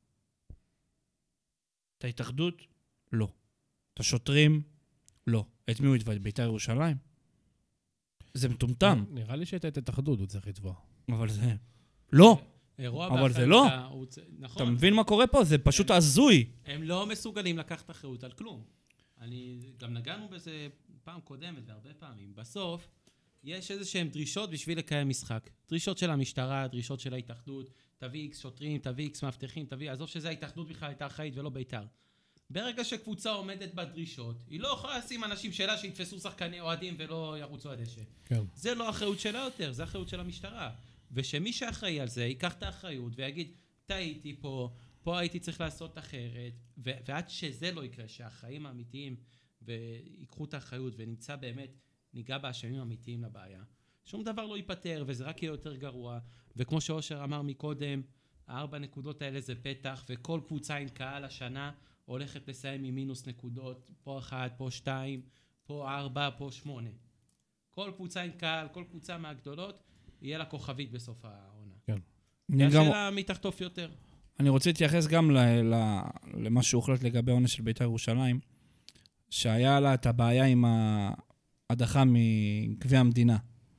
Speaker 3: את ההתאחדות? לא. את השוטרים? לא. את מי הוא יתבע? את בית"ר ירושלים? זה מטומטם.
Speaker 1: נראה לי שהייתה את ההתאחדות, הוא צריך לתבוע.
Speaker 3: אבל זה... לא.
Speaker 2: אבל
Speaker 3: זה לא.
Speaker 2: נכון.
Speaker 3: אתה מבין מה קורה פה? זה פשוט הזוי.
Speaker 2: הם לא מסוגלים לקחת אחריות על כלום. גם נגענו בזה פעם קודמת והרבה פעמים. בסוף, יש איזשהם דרישות בשביל לקיים משחק. דרישות של המשטרה, דרישות של ההתאחדות, תביא איקס שוטרים, תביא איקס מאבטחים, עזוב שזה ההתאחדות בכלל הייתה אחראית ולא בית"ר. ברגע שקבוצה עומדת בדרישות, היא לא יכולה לשים אנשים שאלה שיתפסו שחקני אוהדים ולא ירוצו הדשא. כן. זה לא אחריות שלה יותר, זה אחריות של המשטרה. ושמי שאחראי על זה, ייקח את האחריות ויגיד, טעיתי פה הייתי צריך לעשות אחרת, ועד שזה לא יקרה, שהאחראים האמיתיים ויקחו את האחריות ונמצא באמת, ניגע באשמים האמיתיים לבעיה, שום דבר לא ייפטר וזה רק יהיה יותר גרוע, וכמו שאושר אמר מקודם, 4 נקודות האלה זה פתח, וכל קבוצה עם קהל השנה הולכת לסיים עם מינוס נקודות, פה 1, פה 2, פה 4, פה 8. כל קבוצה עם קהל, כל קבוצה מהגדולות, יהיה לה כוכבית בסוף העונה.
Speaker 1: כן.
Speaker 2: והשאלה מי תחטוף יותר.
Speaker 3: אני רוצה להתייחס גם למה שהוחלט לגבי העונש של בית"ר ירושלים, שהיה לה את הבעיה עם ההדחה מגביע המדינה.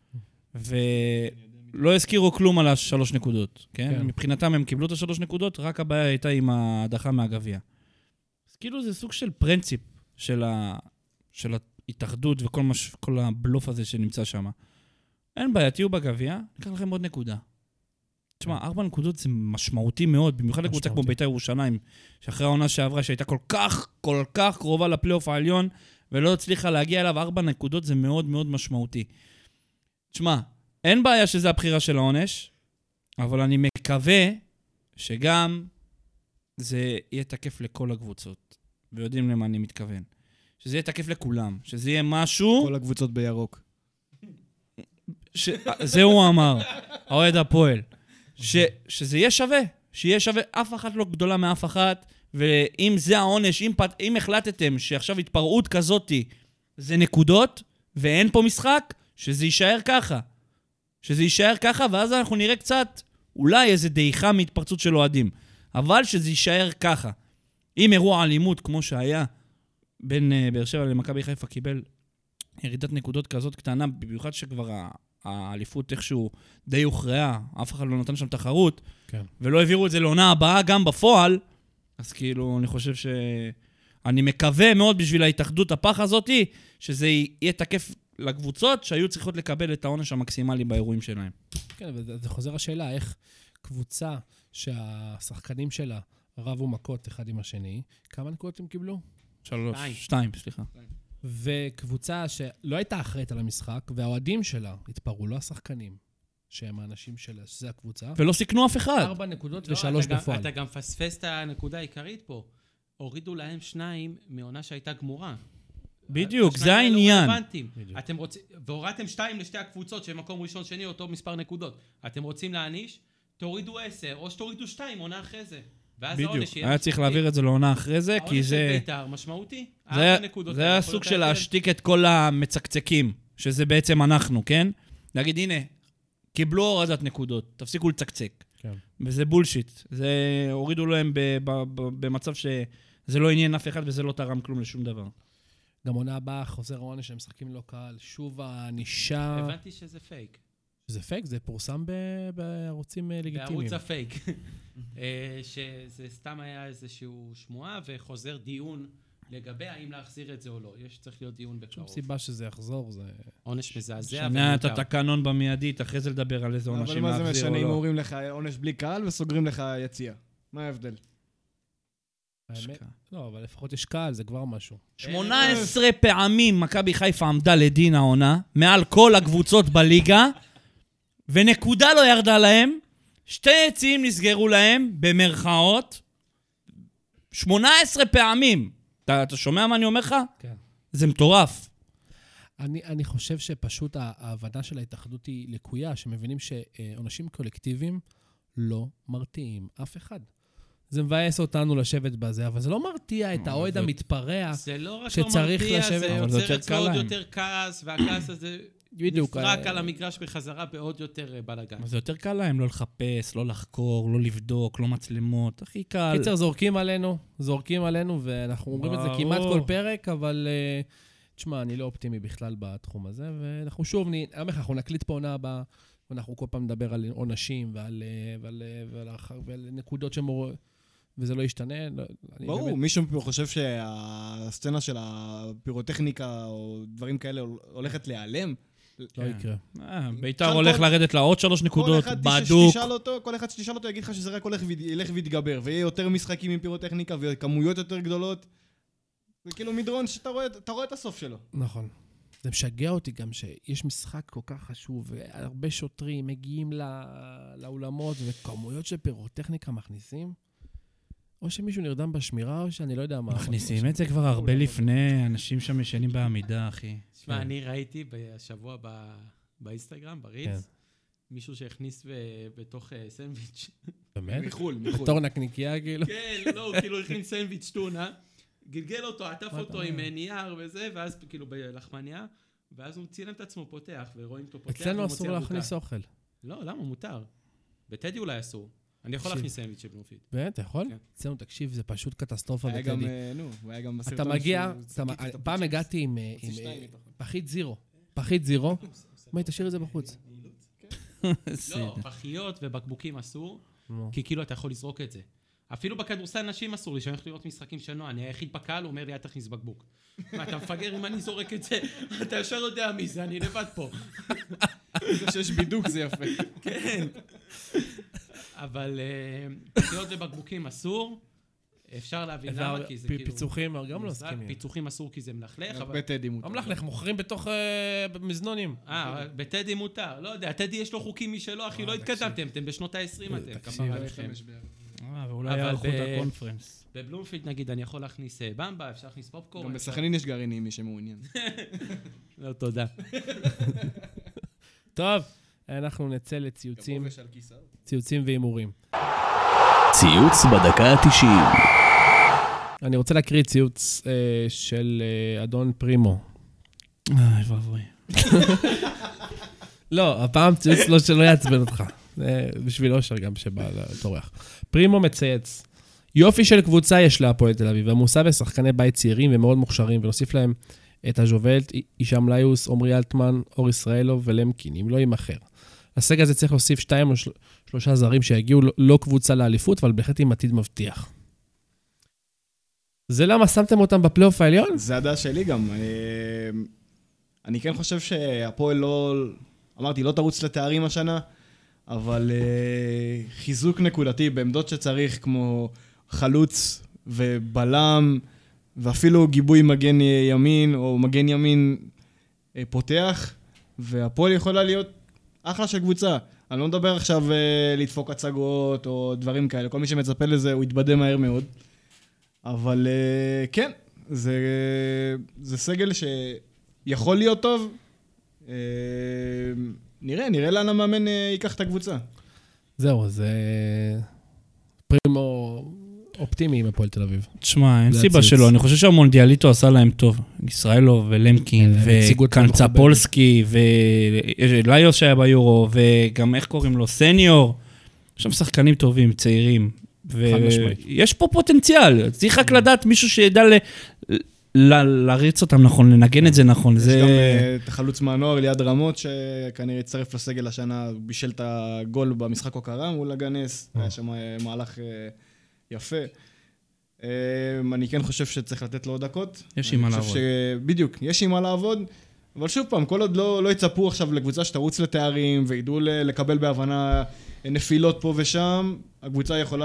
Speaker 3: ולא הזכירו כלום על 3 נקודות, כן? מבחינתם הם קיבלו את 3 נקודות, רק הבעיה הייתה עם ההדחה מהגביע. אז כאילו זה סוג של פרינציפ של ההתאחדות וכל הבלוף הזה שנמצא שם. אין בעיה, תהיו בגביע, ניקח לכם עוד נקודה. תשמע, 4 נקודות זה משמעותי מאוד, במיוחד לקבוצה כמו בית"ר ירושלים, שאחרי העונה שעברה, שהייתה כל כך קרובה לפלייאוף העליון, ולא הצליחה להגיע אליו, 4 נקודות זה מאוד מאוד משמעותי. תשמע, אין בעיה שזה הבחירה של העונש, אבל אני מקווה שגם זה יהיה תקף לכל הקבוצות, ויודעים למה אני מתכוון. שזה יהיה תקף לכולם, שזה יהיה משהו...
Speaker 4: כל הקבוצות בירוק.
Speaker 3: זה הוא אמר, האוהד הפועל. שזה יהיה שווה, שיהיה שווה, אף אחת לא גדולה מאף אחת, ואם זה העונש, אם החלטתם שעכשיו התפרעות כזאת זה נקודות, ואין פה משחק, שזה יישאר ככה. שזה יישאר ככה, ואז אנחנו נראה קצת, אולי איזה דעיכה מהתפרצות של אוהדים, אבל שזה יישאר ככה. אם אירוע אלימות כמו שהיה, בין באר שבע למכבי חיפה קיבל ירידת נקודות כזאת קטנה, במיוחד שכבר האליפות איכשהו די הוכרעה, אף אחד לא נתן שם תחרות,
Speaker 1: כן.
Speaker 3: ולא העבירו את זה לעונה הבאה גם בפועל, אז כאילו אני חושב אני מקווה מאוד בשביל ההתאחדות הפח הזאת, שזה יהיה תקף לקבוצות שהיו צריכות לקבל את העונש המקסימלי באירועים שלהם.
Speaker 1: כן, וזה חוזר השאלה, איך קבוצה שהשחקנים שלה רבו מכות אחד עם השני, כמה נקודות הם קיבלו?
Speaker 3: 2, סליחה.
Speaker 1: וקבוצה שלא הייתה אחראית על המשחק, והאוהדים שלה התפרעו, לא השחקנים, שהם האנשים שלה, שזה הקבוצה.
Speaker 3: ולא סיכנו אף אחד.
Speaker 1: 4 נקודות ו3 בפועל.
Speaker 2: אתה גם פספס את הנקודה העיקרית פה. הורידו להם 2 מעונה שהייתה גמורה.
Speaker 3: בדיוק, זה העניין.
Speaker 2: אתם רוצים, והורדתם 2 לשתי הקבוצות, שהם מקום ראשון שני, אותו מספר נקודות. אתם רוצים להעניש? תורידו 10, או שתורידו 2, עונה אחרי זה.
Speaker 3: בדיוק, היה צריך להעביר את זה לעונה אחרי זה, כי זה...
Speaker 2: העונש של בית"ר משמעותי.
Speaker 3: זה היה סוג של להשתיק את כל המצקצקים, שזה בעצם אנחנו, כן? להגיד, הנה, קיבלו הורדת נקודות, תפסיקו לצקצק. וזה בולשיט. זה הורידו להם במצב שזה לא עניין אף אחד, וזה לא תרם כלום לשום דבר.
Speaker 1: גם עונה הבאה, חוזר העונש שהם משחקים לא קהל, שוב הענישה...
Speaker 2: הבנתי שזה פייק.
Speaker 1: זה פייק? זה פורסם בערוצים לגיטימיים.
Speaker 2: בערוץ הפייק. שזה סתם היה איזושהי שמועה, וחוזר דיון לגבי האם להחזיר את זה או לא, צריך להיות דיון
Speaker 1: שום
Speaker 2: בקרוב.
Speaker 1: סיבה שזה יחזור, זה...
Speaker 2: עונש מזעזע
Speaker 3: שנה את
Speaker 2: ומיותר.
Speaker 3: התקנון במיידית, אחרי זה לדבר על איזה
Speaker 4: אבל
Speaker 3: עונשים
Speaker 4: מה זה
Speaker 3: להחזיר
Speaker 4: משנה
Speaker 3: או
Speaker 4: אם
Speaker 3: לא.
Speaker 4: אומרים לך עונש בלי קהל וסוגרים לך יציאה? מה ההבדל?
Speaker 1: האמת, לא, אבל לפחות יש קהל, זה כבר משהו.
Speaker 3: 18 פעמים מכבי חיפה עמדה לדין העונה, מעל כל הקבוצות בליגה, ונקודה לא ירדה להם, 2 יציאים נסגרו להם, במרכאות, 18 פעמים. אתה שומע מה אני אומר לך?
Speaker 1: כן.
Speaker 3: זה מטורף.
Speaker 1: אני חושב שפשוט ההבנה של ההתאחדות היא לקויה, שמבינים שעונשים קולקטיביים לא מרתיעים אף אחד. זה מבאס אותנו לשבת בזה, אבל זה לא מרתיע את האוהד המתפרע.
Speaker 2: זה לא רק לא
Speaker 1: שצריך
Speaker 2: מרתיע,
Speaker 1: לשבת,
Speaker 2: זה
Speaker 3: אבל זה
Speaker 2: יוצר
Speaker 3: יותר
Speaker 2: אצלו
Speaker 3: קל
Speaker 2: עוד
Speaker 3: להם.
Speaker 2: יותר כעס, והכעס הזה
Speaker 1: בדיוק.
Speaker 2: נפרק על המגרש בחזרה בעוד יותר בלגן.
Speaker 3: זה יותר קל להם לא לחפש, לא לחקור, לא לבדוק, לא מצלמות. הכי קל.
Speaker 1: קיצר, זורקים עלינו, ואנחנו אומרים את זה
Speaker 3: ברור.
Speaker 1: כמעט כל פרק, אבל תשמע, אני לא אופטימי בכלל בתחום הזה, ואנחנו שוב, אנחנו נקליט פה עונה הבאה, ואנחנו כל פעם נדבר על עונשים ועל נקודות וזה לא ישתנה.
Speaker 4: ברור, מישהו פה חושב שהסצנה של הפירוטכניקה או דברים כאלה הולכת להיעלם?
Speaker 1: לא יקרה.
Speaker 3: ביתר הולך לרדת לה עוד 3 נקודות,
Speaker 4: כל
Speaker 3: בדוק.
Speaker 4: אחד שתשאל אותו יגיד לך שזה רק ילך ויתגבר, ויהיה יותר משחקים עם פירוטכניקה וכמויות יותר גדולות. זה כאילו מדרון שאתה רואה את הסוף שלו.
Speaker 1: נכון. זה משגע אותי גם שיש משחק כל כך חשוב, והרבה שוטרים מגיעים לאולמות, וכמויות של פירוטכניקה מכניסים. או שמישהו נרדם בשמירה, או שאני לא יודע מה.
Speaker 3: מכניסים את זה כבר הרבה לפני, אנשים שם ישנים בעמידה, אחי.
Speaker 2: תשמע, אני ראיתי בשבוע באינסטגרם, בריץ, מישהו שהכניס בתוך סנדוויץ'.
Speaker 1: באמת?
Speaker 4: מחול.
Speaker 1: בתור נקניקיה, כאילו?
Speaker 2: כן, לא, הוא כאילו הכין סנדוויץ' טונה, גלגל אותו, עטף אותו עם נייר וזה, ואז כאילו בלחמניה, ואז הוא צילם את עצמו פותח, ורואים אותו פותח.
Speaker 1: אצלנו אסור להכניס אוכל.
Speaker 2: לא, למה? מותר. בטדי אולי אסור. אני יכול להכניס סנדוויץ' של בלומפילד.
Speaker 1: באמת, אתה יכול?
Speaker 2: כן.
Speaker 1: אצלנו, תקשיב, זה פשוט קטסטרופה
Speaker 4: היה גם,
Speaker 1: בטדי.
Speaker 4: הוא היה גם בסרטון
Speaker 1: אתה מגיע,
Speaker 4: שהוא זקיק את
Speaker 1: פעם
Speaker 4: הפצ'יפס.
Speaker 1: הגעתי עם
Speaker 4: שתיים מתוכו.
Speaker 1: פחית זירו. מה, תשאיר את זה בחוץ.
Speaker 2: לא, פחיות ובקבוקים אסור,
Speaker 1: נו.
Speaker 2: כי כאילו אתה יכול לזרוק את זה. אפילו בכדורסל נשים אסור לי, שאני הולך לראות משחקים של נועה, אני היחיד בקהל, הוא אומר לי, אל תכניס בקבוק. מה, אתה מפגר אם אני זורק את זה? אתה ישר יודע מי זה, אני לבד פה.
Speaker 4: זה שיש בידוק זה יפה.
Speaker 2: כן. אבל פחיות ובקבוקים אסור, אפשר להבין למה, כי זה כאילו...
Speaker 1: פיצוחים גם לא מסכימים.
Speaker 2: פיצוחים אסור כי זה מלכלך, אבל...
Speaker 4: בטדי מותר.
Speaker 1: המלכלך מוכרים בתוך מזנונים.
Speaker 2: בטדי מותר. לא יודע, טדי יש לו חוקים משלו, אחי, לא התקדמתם, אתם בשנות ה-20 אתם. כפרה עליכם.
Speaker 3: ואולי
Speaker 2: אבל
Speaker 3: יערכו את הקונפרנס.
Speaker 2: בבלומפילד נגיד, אני יכול להכניס במבה, אפשר להכניס פופקורן.
Speaker 4: גם בסכנין יש גרעינים, מי שמעוניין.
Speaker 2: לא, תודה.
Speaker 1: טוב, אנחנו נצא לציוצים והימורים.
Speaker 5: ציוץ בדקה ה-90.
Speaker 1: אני רוצה להקריא ציוץ של אדון פרימו.
Speaker 3: ואבוי.
Speaker 1: לא, הפעם ציוץ לא שלא יעצבן אותך. זה בשביל אושר גם שבא לטורח. פרימו מצייץ. יופי של קבוצה יש להפועל תל אביב, עמוסה בשחקני בית צעירים ומאוד מוכשרים, ונוסיף להם את הז'ובלט, הישאם ליוס, עומרי אלטמן, אור ישראלוב ולמקין, אם לא יימחר. הסגל הזה צריך להוסיף 2 או 3 זרים שיגיעו לא קבוצה לאליפות, אבל בהחלט עם עתיד מבטיח. זה למה שמתם אותם בפלייאוף העליון?
Speaker 4: זה הדעה שלי גם. אני כן חושב שהפועל לא... אמרתי, לא תרוץ לתארים השנה, אבל חיזוק נקודתי בעמדות שצריך, כמו חלוץ ובלם, ואפילו גיבוי מגן ימין, או מגן ימין פותח, והפועל יכולה להיות אחלה של קבוצה. אני לא מדבר עכשיו לדפוק הצגות או דברים כאלה, כל מי שמצפה לזה הוא יתבדה מהר מאוד. אבל כן, זה סגל שיכול להיות טוב. נראה לאן המאמן ייקח את הקבוצה.
Speaker 1: זהו, זה פרימו אופטימי עם הפועל תל אביב.
Speaker 3: תשמע, אין
Speaker 1: זה
Speaker 3: סיבה
Speaker 1: הציוץ.
Speaker 3: שלא. אני חושב שהמונדיאליטו עשה להם טוב. ישראלוב ולמקין וקנצפולסקי וליוס שהיה ביורו, וגם איך קוראים לו? סניור. יש שם שחקנים טובים, צעירים.
Speaker 1: משמעית.
Speaker 3: ויש פה פוטנציאל. צריך רק לדעת מישהו שידע להריץ אותם נכון, לנגן את זה נכון.
Speaker 4: יש גם את החלוץ מהנוער ליד רמות, שכנראה יצטרף לסגל השנה, בישל את הגול במשחק הוקרה מול הגנס, היה שם מהלך יפה. אני כן חושב שצריך לתת לו עוד דקות.
Speaker 3: יש עם מה לעבוד.
Speaker 4: בדיוק, יש עם מה לעבוד, אבל שוב פעם, כל עוד לא יצפו עכשיו לקבוצה שתרוץ לתארים, וידעו לקבל בהבנה נפילות פה ושם, הקבוצה יכולה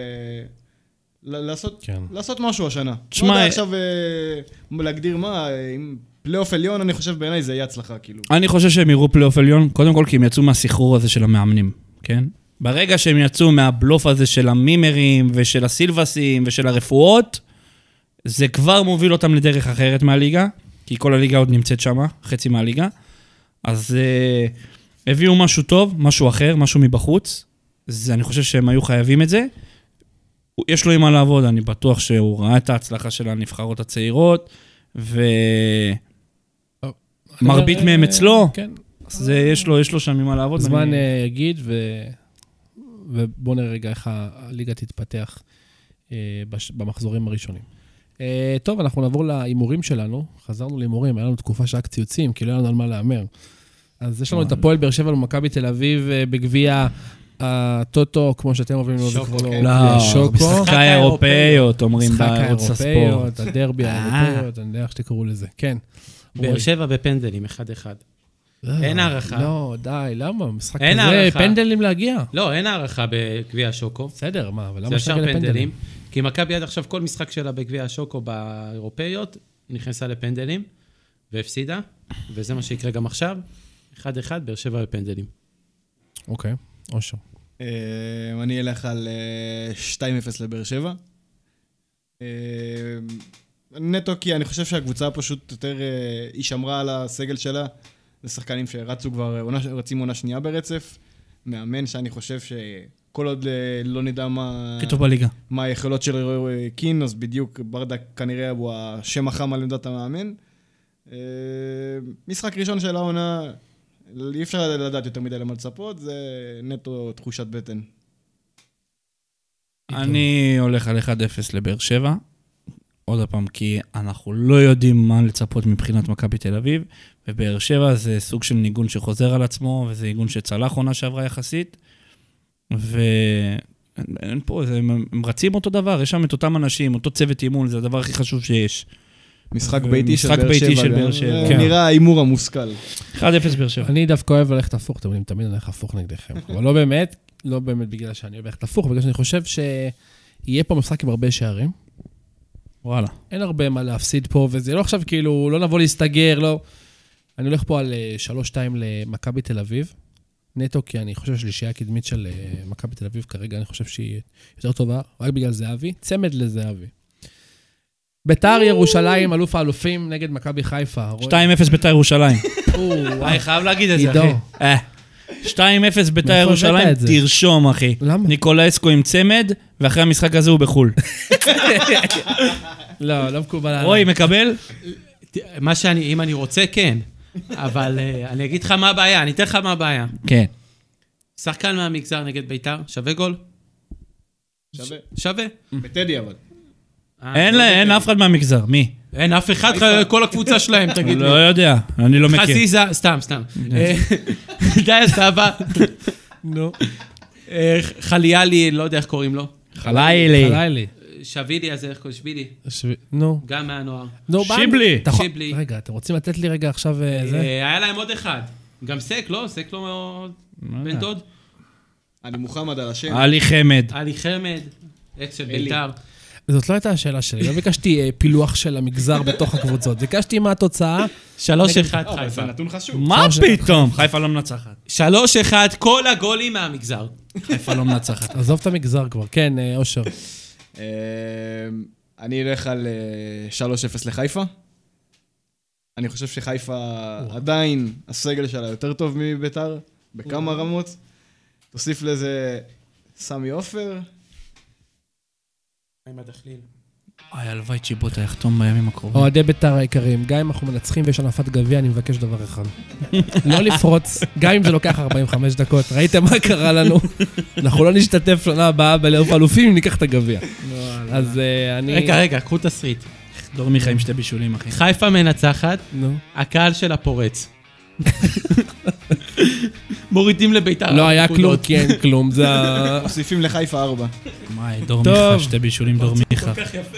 Speaker 4: לעשות משהו השנה. לא יודע עכשיו להגדיר מה, עם פלייאוף עליון, אני חושב בעיניי זה יהיה הצלחה, כאילו.
Speaker 3: אני חושב שהם יראו פלייאוף עליון, קודם כל כי הם יצאו מהסחרור הזה של המאמנים, כן? ברגע שהם יצאו מהבלוף הזה של המימרים ושל הסילבסים ושל הרפואות, זה כבר מוביל אותם לדרך אחרת מהליגה, כי כל הליגה עוד נמצאת שם, חצי מהליגה. אז הביאו משהו טוב, משהו אחר, משהו מבחוץ. אני חושב שהם היו חייבים את זה. יש לו עם מה לעבוד, אני בטוח שהוא ראה את ההצלחה של הנבחרות הצעירות, ומרבית מהם אצלו, אז יש לו שם עם מה לעבוד.
Speaker 1: זמן יגיד, ובואו נראה רגע איך הליגה תתפתח במחזורים הראשונים. טוב, אנחנו נעבור לאימורים שלנו. חזרנו לאימורים, היה לנו תקופה שרק ציוצים, כי לא היה לנו על מה לאמר. אז יש לנו את הפועל באר שבע ומכבי תל אביב בגביע הטוטו, כמו שאתם אוהבים לקרוא לו,
Speaker 3: שוקו. משחקי האירופאיות, אומרים בערוץ הספורט.
Speaker 1: הדרבי האירופאיות, אני יודע איך שתקראו לזה. כן.
Speaker 2: באר שבע בפנדלים, 1-1. אין הערכה.
Speaker 1: לא, די, למה? משחק כזה, פנדלים להגיע.
Speaker 2: לא, אין הערכה בגביע השוקו.
Speaker 1: בסדר, מה, אבל
Speaker 2: זה
Speaker 1: למה
Speaker 2: ישר
Speaker 1: שתגיע לפנדלים?
Speaker 2: כי מכבי עד עכשיו כל משחק שלה בגביע השוקו באירופאיות, נכנסה לפנדלים והפסידה, וזה מה שיקרה גם עכשיו. 1-1, באר שבע בפנדלים.
Speaker 1: אוקיי, אושר.
Speaker 4: אני אלך על 2-0 לבאר שבע. נטו כי אני חושב שהקבוצה פשוט יותר, היא שמרה על הסגל שלה. זה שחקנים שרצו כבר, רצים עונה שנייה ברצף. מאמן שאני חושב שכל עוד לא נדע מה היכולות של קין, אז בדיוק ברדה כנראה הוא השם החם על עמדת המאמן. משחק ראשון של העונה, אי אפשר לדעת יותר מדי למה לצפות, זה נטו תחושת בטן.
Speaker 3: אני הולך על 1-0 לבאר שבע. עוד פעם, כי אנחנו לא יודעים מה לצפות מבחינת מכבי תל אביב, ובאר שבע זה סוג של ניגון שחוזר על עצמו, וזה ניגון שצלח עונה שעברה יחסית, ואין פה, הם רצים אותו דבר, יש שם את אותם אנשים, אותו צוות אימון, זה הדבר הכי חשוב שיש.
Speaker 4: משחק ביתי של באר שבע. נראה האימור המושכל.
Speaker 3: 1-0 באר שבע.
Speaker 1: אני דווקא אוהב ללכת הפוך, אתם יודעים, תמיד אני הולך הפוך נגדכם, אבל לא באמת בגלל שאני אוהב ללכת הפוך, בגלל שאני חושב שיהיה פה משחק עם הרבה שערים.
Speaker 3: וואלה.
Speaker 1: אין הרבה מה להפסיד פה, וזה לא עכשיו כאילו, לא נבוא להסתגר, לא. אני הולך פה על 3-2 למכבי תל אביב, נטו, כי אני חושב שלישייה הקדמית של מכבי תל אביב, כרגע אני חושב שהיא יותר טובה, רק בגלל זהבי, צמד לזהבי. ביתר ירושלים, אלוף האלופים נגד מכבי חיפה.
Speaker 3: 2-0 ביתר ירושלים. אני חייב להגיד את זה, אחי. 2-0 ביתר ירושלים, תרשום, אחי. למה? ניקולאסקו עם צמד, ואחרי המשחק הזה הוא בחול.
Speaker 1: לא מקובל.
Speaker 3: רוי, מקבל?
Speaker 2: מה שאני, אם אני רוצה, כן. אבל אני אגיד לך מה הבעיה, אני אתן לך מה הבעיה.
Speaker 3: כן.
Speaker 2: שחקן מהמגזר נגד ביתר, שווה גול? שווה.
Speaker 4: בטדי אבל.
Speaker 3: אין אף אחד מהמגזר, מי?
Speaker 2: אין אף אחד, כל הקבוצה שלהם, תגיד לי.
Speaker 3: לא יודע, אני לא מכיר.
Speaker 2: חזיזה, סתם. די, סבא. נו. חליאלי, לא יודע איך קוראים לו.
Speaker 3: חליאלי.
Speaker 2: שבילי, אז איך קוראים? שבילי.
Speaker 1: נו.
Speaker 2: גם מהנוער.
Speaker 3: שיבלי.
Speaker 1: רגע, אתם רוצים לתת לי רגע עכשיו זה?
Speaker 2: היה להם עוד אחד. גם סק, לא? סק לא מאוד בן דוד.
Speaker 4: אני מוחמד על השם.
Speaker 3: עלי חמד,
Speaker 2: אקס של ביתר.
Speaker 1: זאת לא הייתה השאלה שלי, לא ביקשתי פילוח של המגזר בתוך הקבוצות, ביקשתי מה התוצאה.
Speaker 2: 3-1 חיפה.
Speaker 4: זה נתון חשוב.
Speaker 3: מה פתאום? חיפה לא מנצחת.
Speaker 2: 3-1, כל הגולים מהמגזר.
Speaker 3: חיפה לא מנצחת.
Speaker 1: עזוב את המגזר כבר, כן, אושר.
Speaker 4: אני אלך על 3-0 לחיפה. אני חושב שחיפה עדיין הסגל שלה יותר טוב מביתר, בכמה רמות. תוסיף לזה סמי עופר.
Speaker 2: עם הדחליל.
Speaker 3: הלוואי צ'יבוטה יחתום בימים הקרובים.
Speaker 1: אוהדי ביתר היקרים, גם אם אנחנו מנצחים ויש הנפת גביע, אני מבקש דבר אחד. לא לפרוץ, גם אם זה לוקח 45 דקות. ראיתם מה קרה לנו? אנחנו לא נשתתף שנה הבאה באלוף האלופים אם ניקח את הגביע. אז אני...
Speaker 2: רגע, קחו תסריט.
Speaker 3: דור מיכה עם שתי בישולים, אחי.
Speaker 2: חיפה מנצחת, הקהל שלה פורץ. מורידים לביתר.
Speaker 1: לא היה כלום כי אין כלום, זה
Speaker 4: מוסיפים לחיפה 4.
Speaker 3: מה, דור
Speaker 1: טוב.
Speaker 3: מיכה, שתי בישולים דור מיכה.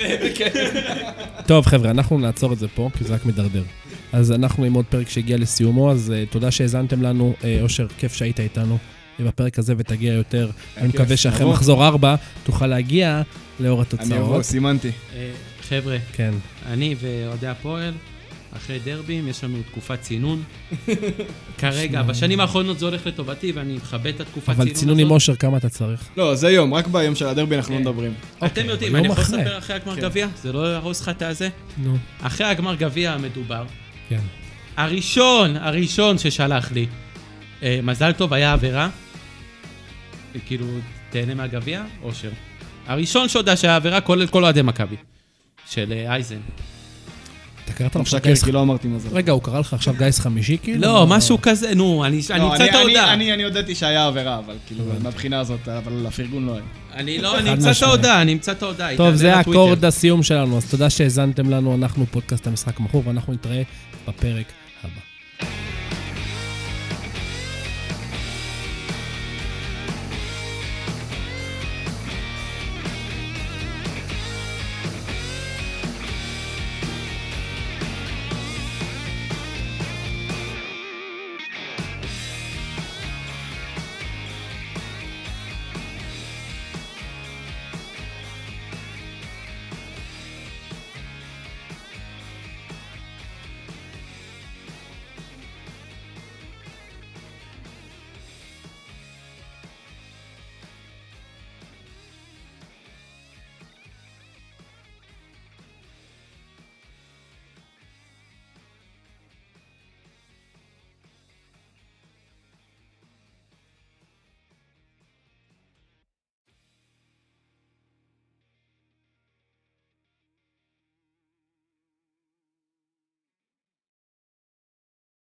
Speaker 1: טוב, חבר'ה, אנחנו נעצור את זה פה, כי זה רק מדרדר. אז אנחנו עם עוד פרק שהגיע לסיומו, אז תודה שהאזנתם לנו. אושר, כיף שהיית איתנו בפרק הזה ותגיע יותר. אני מקווה שאחרי מחזור 4 תוכל להגיע לאור התוצאות.
Speaker 4: אני אבוא, סימנתי.
Speaker 2: חבר'ה,
Speaker 1: כן.
Speaker 2: אני ואוהדי הפועל, אחרי דרבים, יש לנו תקופת צינון. כרגע, בשנים האחרונות זה הולך לטובתי, ואני מכבד את התקופת צינון הזאת.
Speaker 1: אבל צינון עם אושר, כמה אתה צריך?
Speaker 4: לא, זה יום, רק ביום של הדרבי אנחנו לא מדברים.
Speaker 2: אתם יודעים, אני יכול לספר אחרי הגמר גביע? זה לא יהרוס לך את הזה?
Speaker 1: נו.
Speaker 2: אחרי הגמר גביע המדובר,
Speaker 1: כן. הראשון ששלח לי, מזל טוב, היה עבירה. כאילו, תהנה מהגביע, אושר. הראשון שהודע שהיה עבירה, כולל כל אוהדי מכבי. של אייזן. אתה קראת לו עכשיו
Speaker 4: משקר, כי לא אמרתי מה זה.
Speaker 1: רגע, הוא קרא לך עכשיו גייס חמישי כאילו?
Speaker 2: לא, משהו כזה, נו, אני אמצא את ההודעה.
Speaker 4: אני הודעתי שהיה עבירה, אבל כאילו, מהבחינה הזאת, אבל הפרגון לא היה.
Speaker 2: אני אמצא את ההודעה.
Speaker 1: טוב, זה אקורד הסיום שלנו, אז תודה שהאזנתם לנו, אנחנו פודקאסט המשחק המכור, ואנחנו נתראה בפרק הבא.